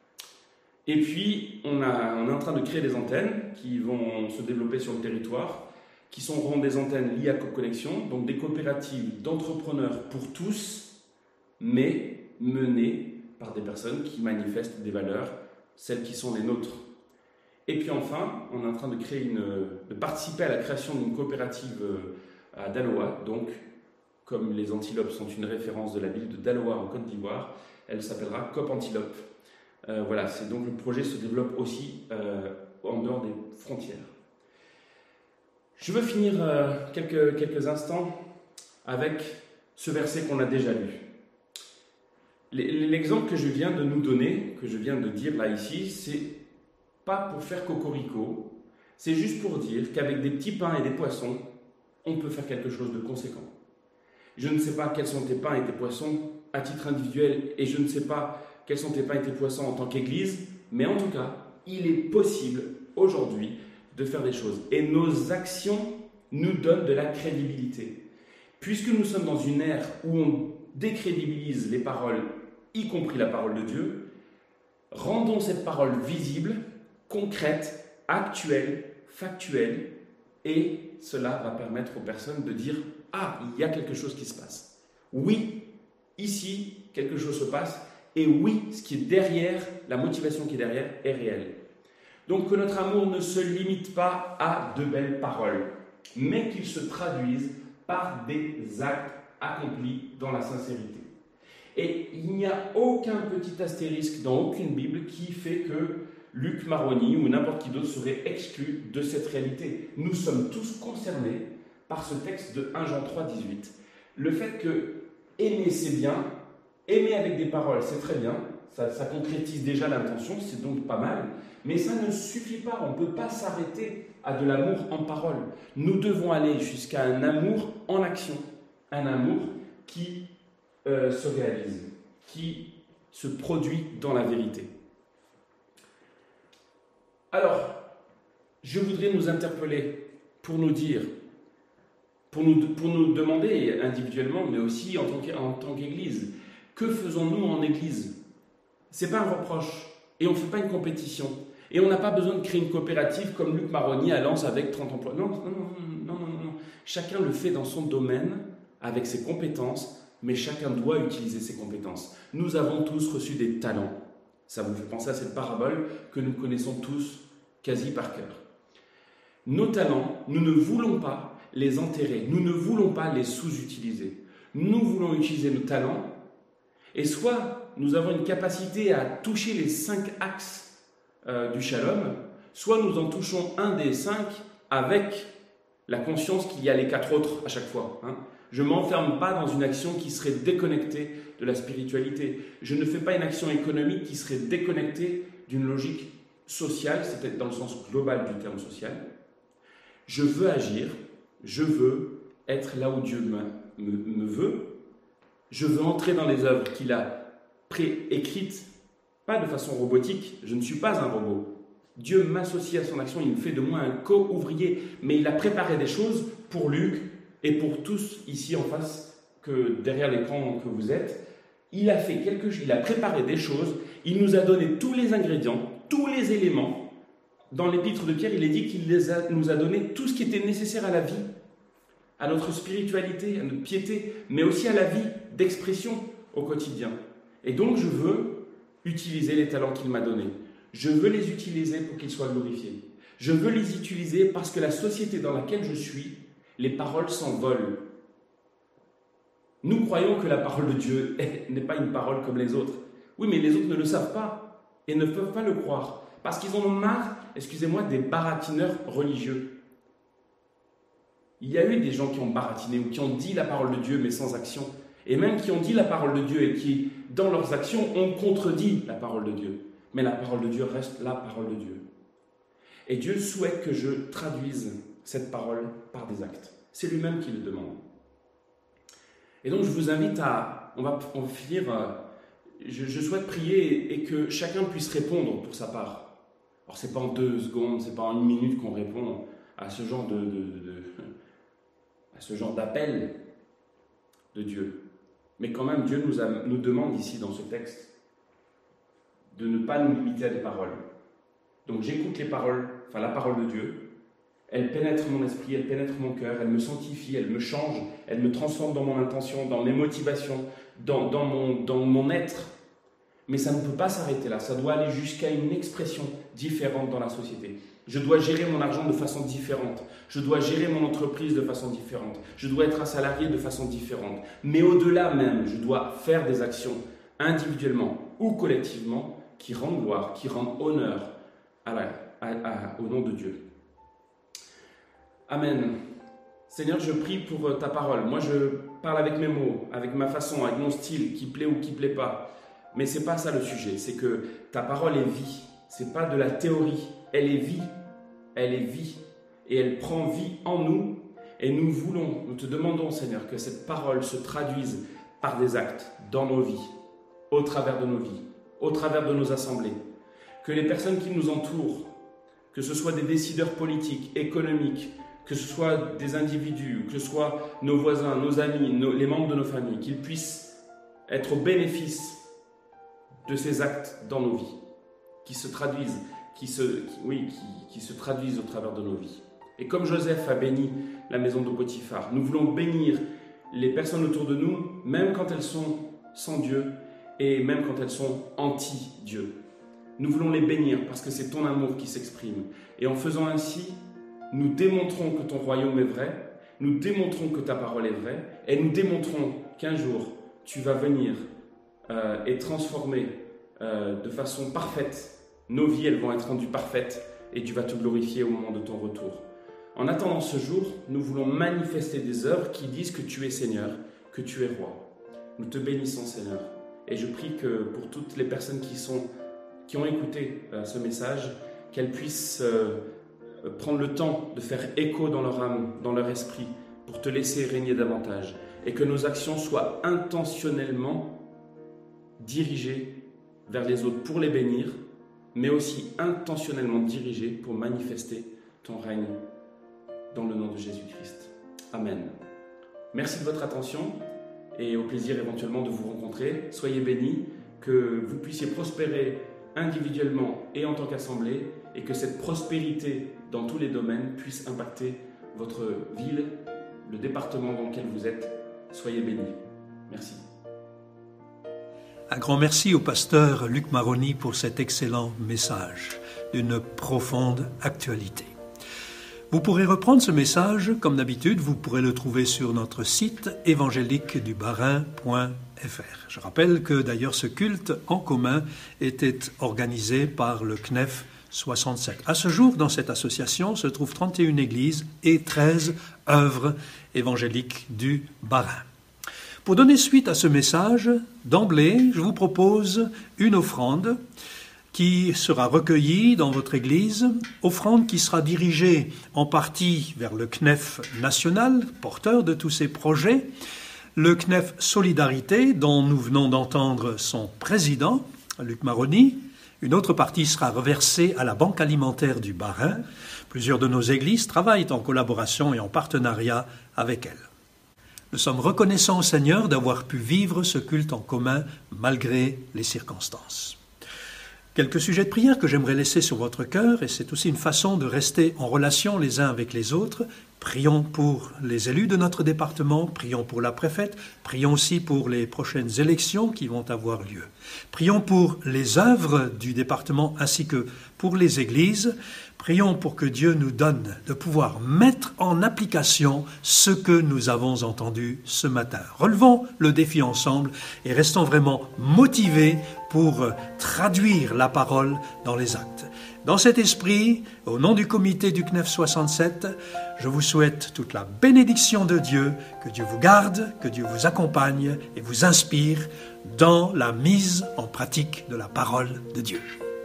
Speaker 13: Et puis, on est en train de créer des antennes qui vont se développer sur le territoire, qui seront des antennes liées à CoConnexion, donc des coopératives d'entrepreneurs pour tous, mais menées par des personnes qui manifestent des valeurs, celles qui sont les nôtres. Et puis enfin, on est en train de participer à la création d'une coopérative à Daloa, donc comme les antilopes sont une référence de la ville de Daloa en Côte d'Ivoire, elle s'appellera Coop Antilope. Voilà, c'est donc le projet se développe aussi en dehors des frontières. Je veux finir quelques instants avec ce verset qu'on a déjà lu. L'exemple que je viens de nous donner, que je viens de dire là ici, c'est pas pour faire cocorico, c'est juste pour dire qu'avec des petits pains et des poissons, on peut faire quelque chose de conséquent. Je ne sais pas quels sont tes pains et tes poissons à titre individuel, et je ne sais pas quels sont tes pains et tes poissons en tant qu'Église, mais en tout cas, il est possible aujourd'hui de faire des choses. Et nos actions nous donnent de la crédibilité. Puisque nous sommes dans une ère où on décrédibilise les paroles, y compris la parole de Dieu, rendons cette parole visible, concrète, actuelle, factuelle, et cela va permettre aux personnes de dire « Ah, il y a quelque chose qui se passe. Oui, ici, quelque chose se passe, et oui, ce qui est derrière, la motivation qui est derrière, est réelle. » Donc que notre amour ne se limite pas à de belles paroles, mais qu'il se traduise par des actes accomplis dans la sincérité. Et il n'y a aucun petit astérisque dans aucune Bible qui fait que Luc Maroni ou n'importe qui d'autre serait exclu de cette réalité. Nous sommes tous concernés par ce texte de 1 Jean 3, 18. Le fait que aimer c'est bien, aimer avec des paroles c'est très bien, ça concrétise déjà l'intention, c'est donc pas mal, mais ça ne suffit pas, on ne peut pas s'arrêter à de l'amour en parole. Nous devons aller jusqu'à un amour en action, un amour qui se réalise, qui se produit dans la vérité. Alors, je voudrais nous interpeller pour nous dire, pour nous demander individuellement, mais aussi en tant qu'Église, que faisons-nous en Église? Ce n'est pas un reproche, et on ne fait pas une compétition, et on n'a pas besoin de créer une coopérative comme Luc Maroni à Lens avec 30 employés. Non. Chacun le fait dans son domaine, avec ses compétences, mais chacun doit utiliser ses compétences. Nous avons tous reçu des talents. Ça vous fait penser à cette parabole que nous connaissons tous quasi par cœur. Nos talents, nous ne voulons pas les enterrer, nous ne voulons pas les sous-utiliser. Nous voulons utiliser nos talents, et soit nous avons une capacité à toucher les 5 axes du shalom, soit nous en touchons un des 5 avec la conscience qu'il y a les 4 autres à chaque fois. Je ne m'enferme pas dans une action qui serait déconnectée de la spiritualité. Je ne fais pas une action économique qui serait déconnectée d'une logique sociale, c'est peut-être dans le sens global du terme social. Je veux agir, je veux être là où Dieu me veut, je veux entrer dans les œuvres qu'il a préécrites, pas de façon robotique, je ne suis pas un robot. Dieu m'associe à son action, il me fait de moi un co-ouvrier, mais il a préparé des choses pour Luc et pour tous ici en face, que derrière l'écran que vous êtes. Il a fait quelque chose, il a préparé des choses, il nous a donné tous les ingrédients, tous les éléments. Dans l'épître de Pierre, il est dit qu'il nous a donné tout ce qui était nécessaire à la vie, à notre spiritualité, à notre piété, mais aussi à la vie d'expression au quotidien. Et donc je veux utiliser les talents qu'il m'a donnés. Je veux les utiliser pour qu'ils soient glorifiés. Je veux les utiliser parce que la société dans laquelle je suis, les paroles s'envolent. Nous croyons que la parole de Dieu n'est pas une parole comme les autres. Oui, mais les autres ne le savent pas et ne peuvent pas le croire. Parce qu'ils en ont marre, excusez-moi, des baratineurs religieux. Il y a eu des gens qui ont baratiné ou qui ont dit la parole de Dieu mais sans action. Et même qui ont dit la parole de Dieu et qui, dans leurs actions, ont contredit la parole de Dieu. Mais la parole de Dieu reste la parole de Dieu. Et Dieu souhaite que je traduise cette parole par des actes. C'est lui-même qui le demande. Et donc je vous invite à... On va finir... Je souhaite prier et que chacun puisse répondre pour sa part. Alors c'est pas en 2 secondes, c'est pas en 1 minute qu'on répond à ce genre à ce genre d'appel de Dieu. Mais quand même, Dieu nous demande ici dans ce texte de ne pas nous limiter à des paroles. Donc j'écoute les paroles, enfin la parole de Dieu. Elle pénètre mon esprit, elle pénètre mon cœur, elle me sanctifie, elle me change, elle me transforme dans mon intention, dans mes motivations, dans mon être. Mais ça ne peut pas s'arrêter là, ça doit aller jusqu'à une expression différente dans la société. Je dois gérer mon argent de façon différente, je dois gérer mon entreprise de façon différente, je dois être un salarié de façon différente. Mais au-delà même, je dois faire des actions individuellement ou collectivement qui rendent gloire, qui rendent honneur au nom de Dieu. Amen. Seigneur, je prie pour ta parole. Moi, je parle avec mes mots, avec ma façon, avec mon style, qui plaît ou qui plaît pas. Mais c'est pas ça le sujet. C'est que ta parole est vie. C'est pas de la théorie. Elle est vie. Elle est vie. Et elle prend vie en nous. Et nous te demandons, Seigneur, que cette parole se traduise par des actes dans nos vies, au travers de nos vies. au travers de nos assemblées. Que les personnes qui nous entourent, que ce soit des décideurs politiques, économiques, que ce soit des individus, que ce soit nos voisins, nos amis, les membres de nos familles, qu'ils puissent être au bénéfice de ces actes dans nos vies, qui se traduisent au travers de nos vies. Et comme Joseph a béni la maison de Potiphar, nous voulons bénir les personnes autour de nous, même quand elles sont sans Dieu et même quand elles sont anti-Dieu. Nous voulons les bénir parce que c'est ton amour qui s'exprime. Et en faisant ainsi, nous démontrons que ton royaume est vrai, nous démontrons que ta parole est vraie, et nous démontrons qu'un jour, tu vas venir et transformer de façon parfaite. Nos vies, elles vont être rendues parfaites et tu vas te glorifier au moment de ton retour. En attendant ce jour, nous voulons manifester des œuvres qui disent que tu es Seigneur, que tu es Roi. Nous te bénissons, Seigneur. Et je prie que pour toutes les personnes qui ont écouté ce message, qu'elles puissent prendre le temps de faire écho dans leur âme, dans leur esprit, pour te laisser régner davantage. Et que nos actions soient intentionnellement dirigées vers les autres pour les bénir, mais aussi intentionnellement dirigées pour manifester ton règne dans le nom de Jésus-Christ. Amen. Merci de votre attention et au plaisir éventuellement de vous rencontrer. Soyez bénis, que vous puissiez prospérer individuellement et en tant qu'assemblée, et que cette prospérité dans tous les domaines puisse impacter votre ville, le département dans lequel vous êtes. Soyez bénis. Merci.
Speaker 1: Un grand merci au pasteur Luc Maroni pour cet excellent message d'une profonde actualité. Vous pourrez reprendre ce message, comme d'habitude, vous pourrez le trouver sur notre site évangéliquedubarin.fr. Je rappelle que d'ailleurs ce culte en commun était organisé par le CNEF 67. À ce jour, dans cette association se trouvent 31 églises et 13 œuvres évangéliques du Bas-Rhin. Pour donner suite à ce message, d'emblée, je vous propose une offrande qui sera recueillie dans votre église, offrande qui sera dirigée en partie vers le CNEF national, porteur de tous ces projets, le CNEF Solidarité, dont nous venons d'entendre son président, Luc Maroni. Une autre partie sera reversée à la Banque alimentaire du Bas-Rhin. Plusieurs de nos églises travaillent en collaboration et en partenariat avec elles. Nous sommes reconnaissants au Seigneur d'avoir pu vivre ce culte en commun malgré les circonstances. Quelques sujets de prière que j'aimerais laisser sur votre cœur, et c'est aussi une façon de rester en relation les uns avec les autres. Prions pour les élus de notre département, prions pour la préfète, prions aussi pour les prochaines élections qui vont avoir lieu. Prions pour les œuvres du département ainsi que pour les églises. Prions pour que Dieu nous donne de pouvoir mettre en application ce que nous avons entendu ce matin. Relevons le défi ensemble et restons vraiment motivés pour traduire la parole dans les actes. Dans cet esprit, au nom du comité du CNEF 67, je vous souhaite toute la bénédiction de Dieu, que Dieu vous garde, que Dieu vous accompagne et vous inspire dans la mise en pratique de la parole de Dieu.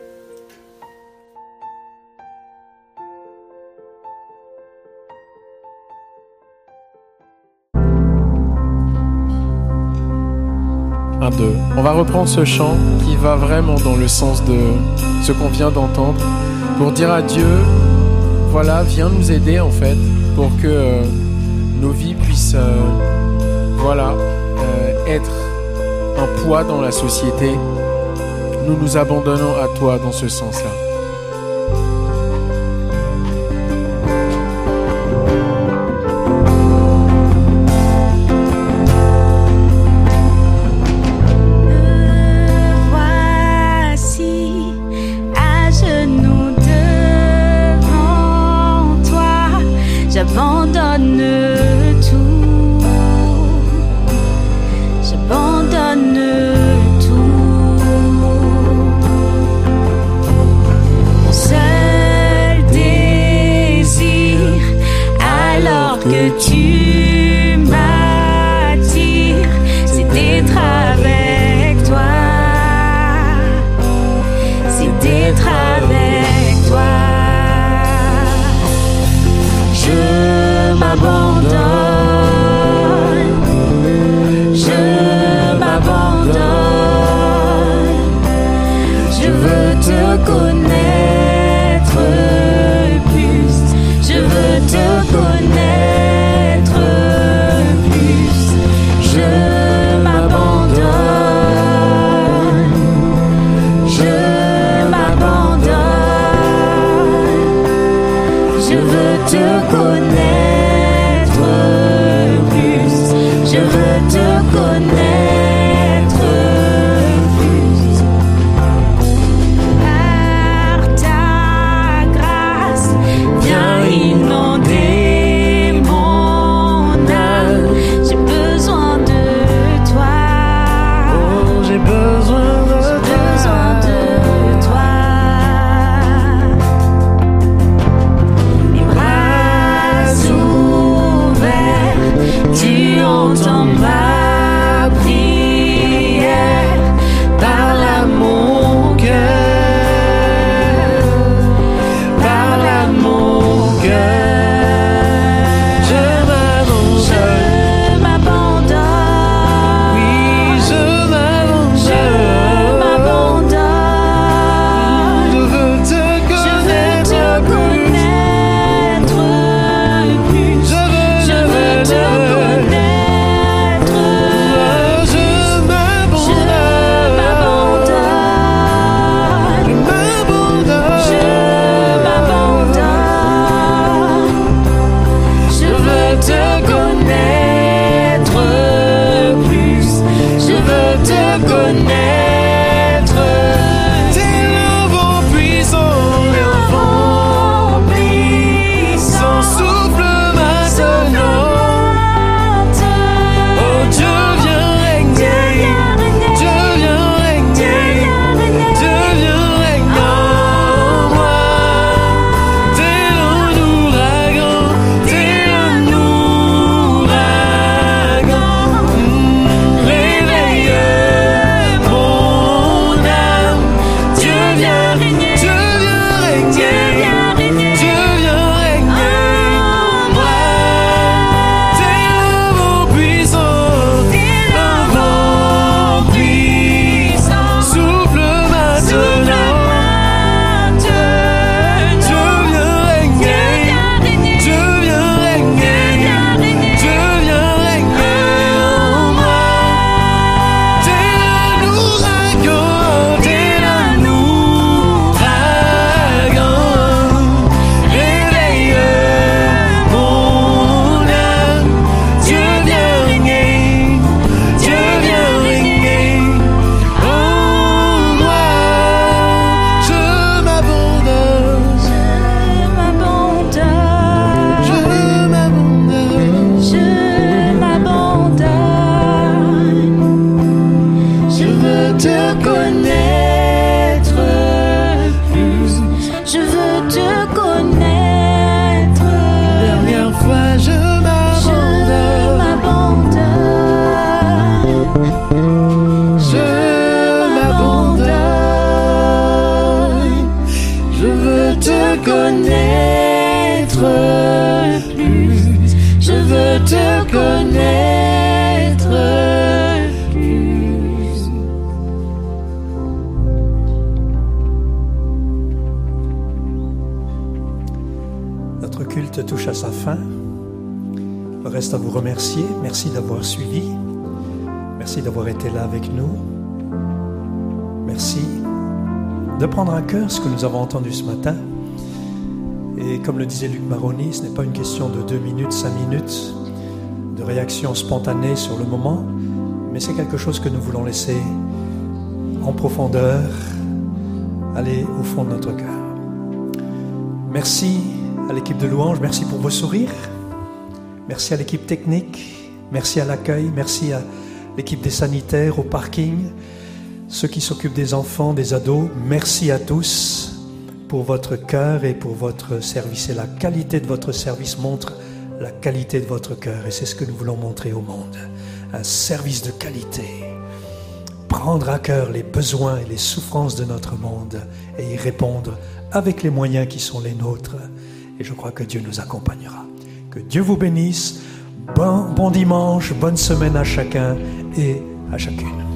Speaker 4: Un, deux. On va reprendre ce chant qui va vraiment dans le sens de ce qu'on vient d'entendre pour dire à Dieu, voilà, viens nous aider en fait pour que nos vies puissent être un poids dans la société. Nous nous abandonnons à toi dans ce sens-là.
Speaker 2: entends ma prière, parle à mon cœur, parle à mon cœur.
Speaker 1: Touche à sa fin. Il reste à vous remercier. Merci d'avoir suivi. Merci d'avoir été là avec nous. Merci de prendre à cœur ce que nous avons entendu ce matin. Et comme le disait Luc Maroni, ce n'est pas une question de 2 minutes, 5 minutes de réaction spontanée sur le moment, mais c'est quelque chose que nous voulons laisser en profondeur aller au fond de notre cœur. Merci à l'équipe de louange, merci pour vos sourires. Merci à l'équipe technique, merci à l'accueil, merci à l'équipe des sanitaires, au parking, ceux qui s'occupent des enfants, des ados. Merci à tous pour votre cœur et pour votre service. Et la qualité de votre service montre la qualité de votre cœur. Et c'est ce que nous voulons montrer au monde. Un service de qualité. Prendre à cœur les besoins et les souffrances de notre monde et y répondre avec les moyens qui sont les nôtres. Et je crois que Dieu nous accompagnera. Que Dieu vous bénisse. Bon dimanche, bonne semaine à chacun et à chacune.